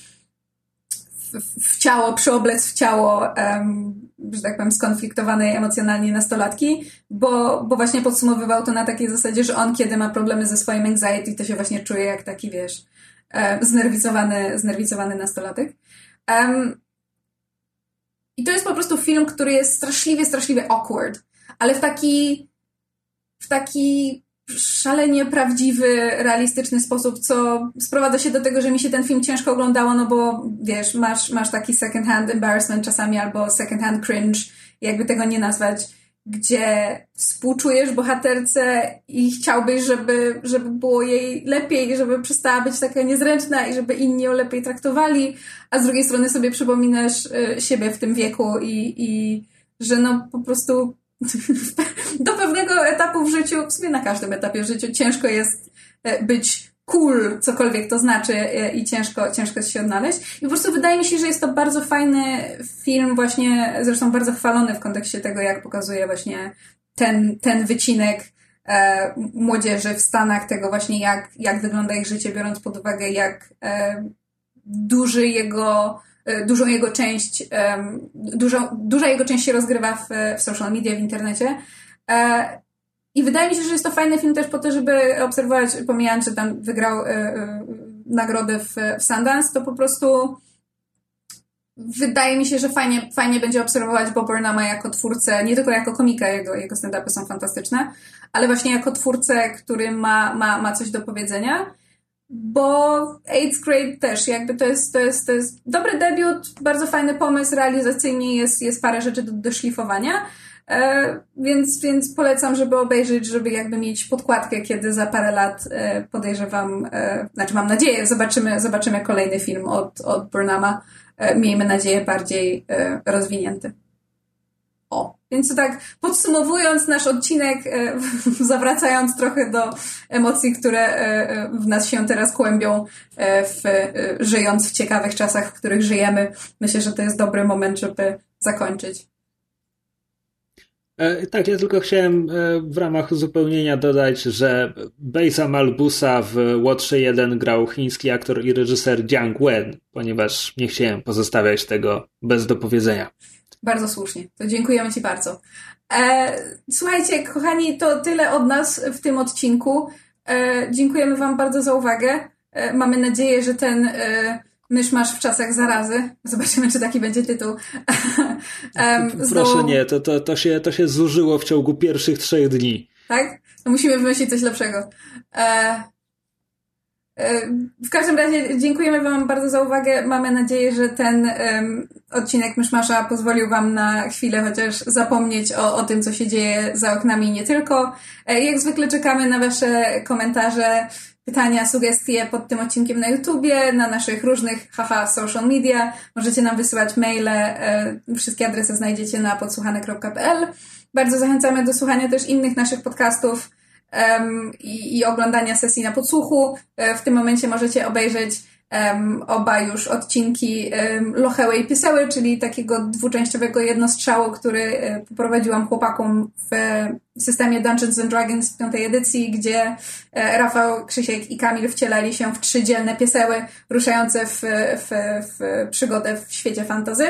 W, w ciało, przyoblec w ciało, um, że tak powiem, skonfliktowanej emocjonalnie nastolatki, bo, bo właśnie podsumowywał to na takiej zasadzie, że on, kiedy ma problemy ze swoim anxiety, to się właśnie czuje jak taki, wiesz, um, znerwicowany, znerwicowany nastolatek. Um, I to jest po prostu film, który jest straszliwie, straszliwie awkward, ale w taki w taki szalenie prawdziwy, realistyczny sposób, co sprowadza się do tego, że mi się ten film ciężko oglądało, no bo wiesz, masz, masz taki second hand embarrassment czasami albo second hand cringe, jakby tego nie nazwać, gdzie współczujesz bohaterce i chciałbyś, żeby, żeby było jej lepiej, żeby przestała być taka niezręczna i żeby inni ją lepiej traktowali, a z drugiej strony sobie przypominasz y, siebie w tym wieku i, i że no po prostu do pewnego etapu w życiu, w sumie na każdym etapie w życiu ciężko jest być cool, cokolwiek to znaczy i ciężko, ciężko się odnaleźć. I po prostu wydaje mi się, że jest to bardzo fajny film właśnie, zresztą bardzo chwalony w kontekście tego, jak pokazuje właśnie ten, ten wycinek e, młodzieży w Stanach, tego właśnie jak, jak wygląda ich życie, biorąc pod uwagę jak e, duży jego dużą jego część, um, dużo, duża jego część się rozgrywa w, w social media, w internecie. E, I wydaje mi się, że jest to fajny film też po to, żeby obserwować, pomijając, że tam wygrał y, y, nagrodę w, w Sundance, to po prostu wydaje mi się, że fajnie, fajnie będzie obserwować Bo Burnhama jako twórcę, nie tylko jako komika, jego, jego stand-upy są fantastyczne, ale właśnie jako twórcę, który ma, ma, ma coś do powiedzenia. Bo Eighth Grade też, jakby to jest, to jest, to jest dobry debiut, bardzo fajny pomysł, realizacyjnie jest, jest parę rzeczy do, do szlifowania, e, więc, więc polecam, żeby obejrzeć, żeby jakby mieć podkładkę, kiedy za parę lat e, podejrzewam, e, znaczy mam nadzieję, zobaczymy, zobaczymy kolejny film od, od Burnhama, e, miejmy nadzieję bardziej e, rozwinięty. O, więc to tak podsumowując nasz odcinek, e, zawracając trochę do emocji, które e, w nas się teraz kłębią, e, w, e, żyjąc w ciekawych czasach, w których żyjemy, myślę, że to jest dobry moment, żeby zakończyć. E, tak, ja tylko chciałem e, w ramach uzupełnienia dodać, że Bejsa Malbusa w Łotrze jeden grał chiński aktor i reżyser Jiang Wen, ponieważ nie chciałem pozostawiać tego bez dopowiedzenia. Bardzo słusznie. To dziękujemy Ci bardzo. E, słuchajcie, kochani, to tyle od nas w tym odcinku. E, dziękujemy Wam bardzo za uwagę. E, mamy nadzieję, że ten e, myszmasz w czasach zarazy. Zobaczymy, czy taki będzie tytuł. e, Proszę znowu... nie, to, to, to, się, to się zużyło w ciągu pierwszych trzech dni. Tak? To musimy wymyślić coś lepszego. E, W każdym razie dziękujemy Wam bardzo za uwagę. Mamy nadzieję, że ten um, odcinek Myszmasza pozwolił Wam na chwilę chociaż zapomnieć o, o tym, co się dzieje za oknami i nie tylko. E, jak zwykle czekamy na Wasze komentarze, pytania, sugestie pod tym odcinkiem na YouTubie, na naszych różnych haha social media. Możecie nam wysyłać maile. E, wszystkie adresy znajdziecie na podsłuchane kropka p l. Bardzo zachęcamy do słuchania też innych naszych podcastów Um, i, i oglądania sesji na podsłuchu. W tym momencie możecie obejrzeć um, oba już odcinki um, Locheły i Pieseły, czyli takiego dwuczęściowego jednostrzału, który um, poprowadziłam chłopakom w systemie Dungeons and Dragons w piątej edycji, gdzie um, Rafał, Krzysiek i Kamil wcielali się w trzy dzielne pieseły ruszające w, w, w przygodę w świecie fantasy.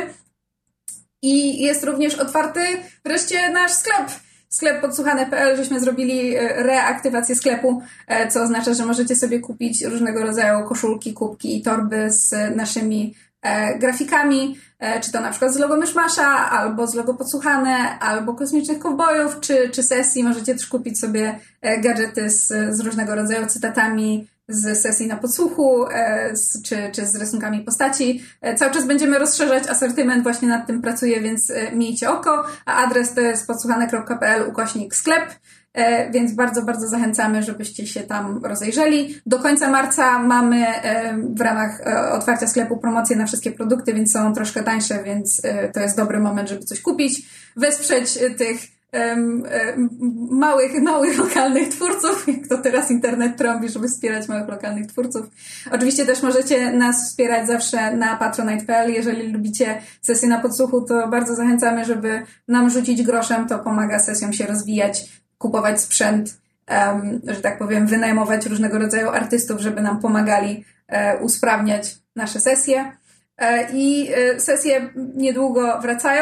I jest również otwarty wreszcie nasz sklep. Sklep podsłuchane kropka p l, żeśmy zrobili reaktywację sklepu, co oznacza, że możecie sobie kupić różnego rodzaju koszulki, kubki i torby z naszymi e, grafikami, e, czy to na przykład z logo Myszmasza, albo z logo Podsłuchane, albo Kosmicznych Kowbojów, czy, czy sesji. Możecie też kupić sobie e, gadżety z, z różnego rodzaju cytatami z sesji na podsłuchu, e, z, czy, czy z rysunkami postaci. E, cały czas będziemy rozszerzać asortyment, właśnie nad tym pracuję, więc e, miejcie oko, a adres to jest podsłuchane kropka p l ukośnik sklep, e, więc bardzo, bardzo zachęcamy, żebyście się tam rozejrzeli. Do końca marca mamy e, w ramach e, otwarcia sklepu promocje na wszystkie produkty, więc są troszkę tańsze, więc e, to jest dobry moment, żeby coś kupić, wesprzeć e, tych Um, um, małych, małych lokalnych twórców, jak to teraz internet trąbi, żeby wspierać małych lokalnych twórców. Oczywiście też możecie nas wspierać zawsze na patronite kropka p l. Jeżeli lubicie sesje na podsłuchu, to bardzo zachęcamy, żeby nam rzucić groszem, to pomaga sesjom się rozwijać, kupować sprzęt, um, że tak powiem, wynajmować różnego rodzaju artystów, żeby nam pomagali e, usprawniać nasze sesje. E, I e, sesje niedługo wracają.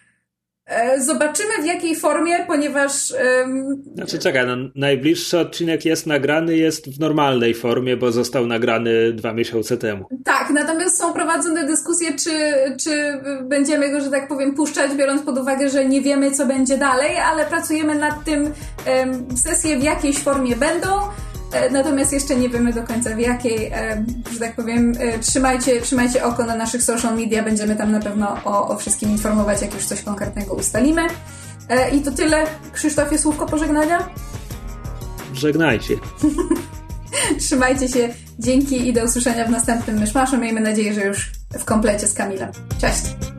Zobaczymy w jakiej formie, ponieważ... Um... Znaczy czekaj, no, najbliższy odcinek jest nagrany, jest w normalnej formie, bo został nagrany dwa miesiące temu. Tak, natomiast są prowadzone dyskusje, czy, czy będziemy go, że tak powiem, puszczać, biorąc pod uwagę, że nie wiemy, co będzie dalej, ale pracujemy nad tym, um, sesje w jakiejś formie będą. Natomiast jeszcze nie wiemy do końca w jakiej, że tak powiem, trzymajcie, trzymajcie oko na naszych social media, będziemy tam na pewno o, o wszystkim informować, jak już coś konkretnego ustalimy. I to tyle. Krzysztofie, słówko pożegnania? Żegnajcie. Trzymajcie się, dzięki i do usłyszenia w następnym Myszmaszu. Miejmy nadzieję, że już w komplecie z Kamilem. Cześć!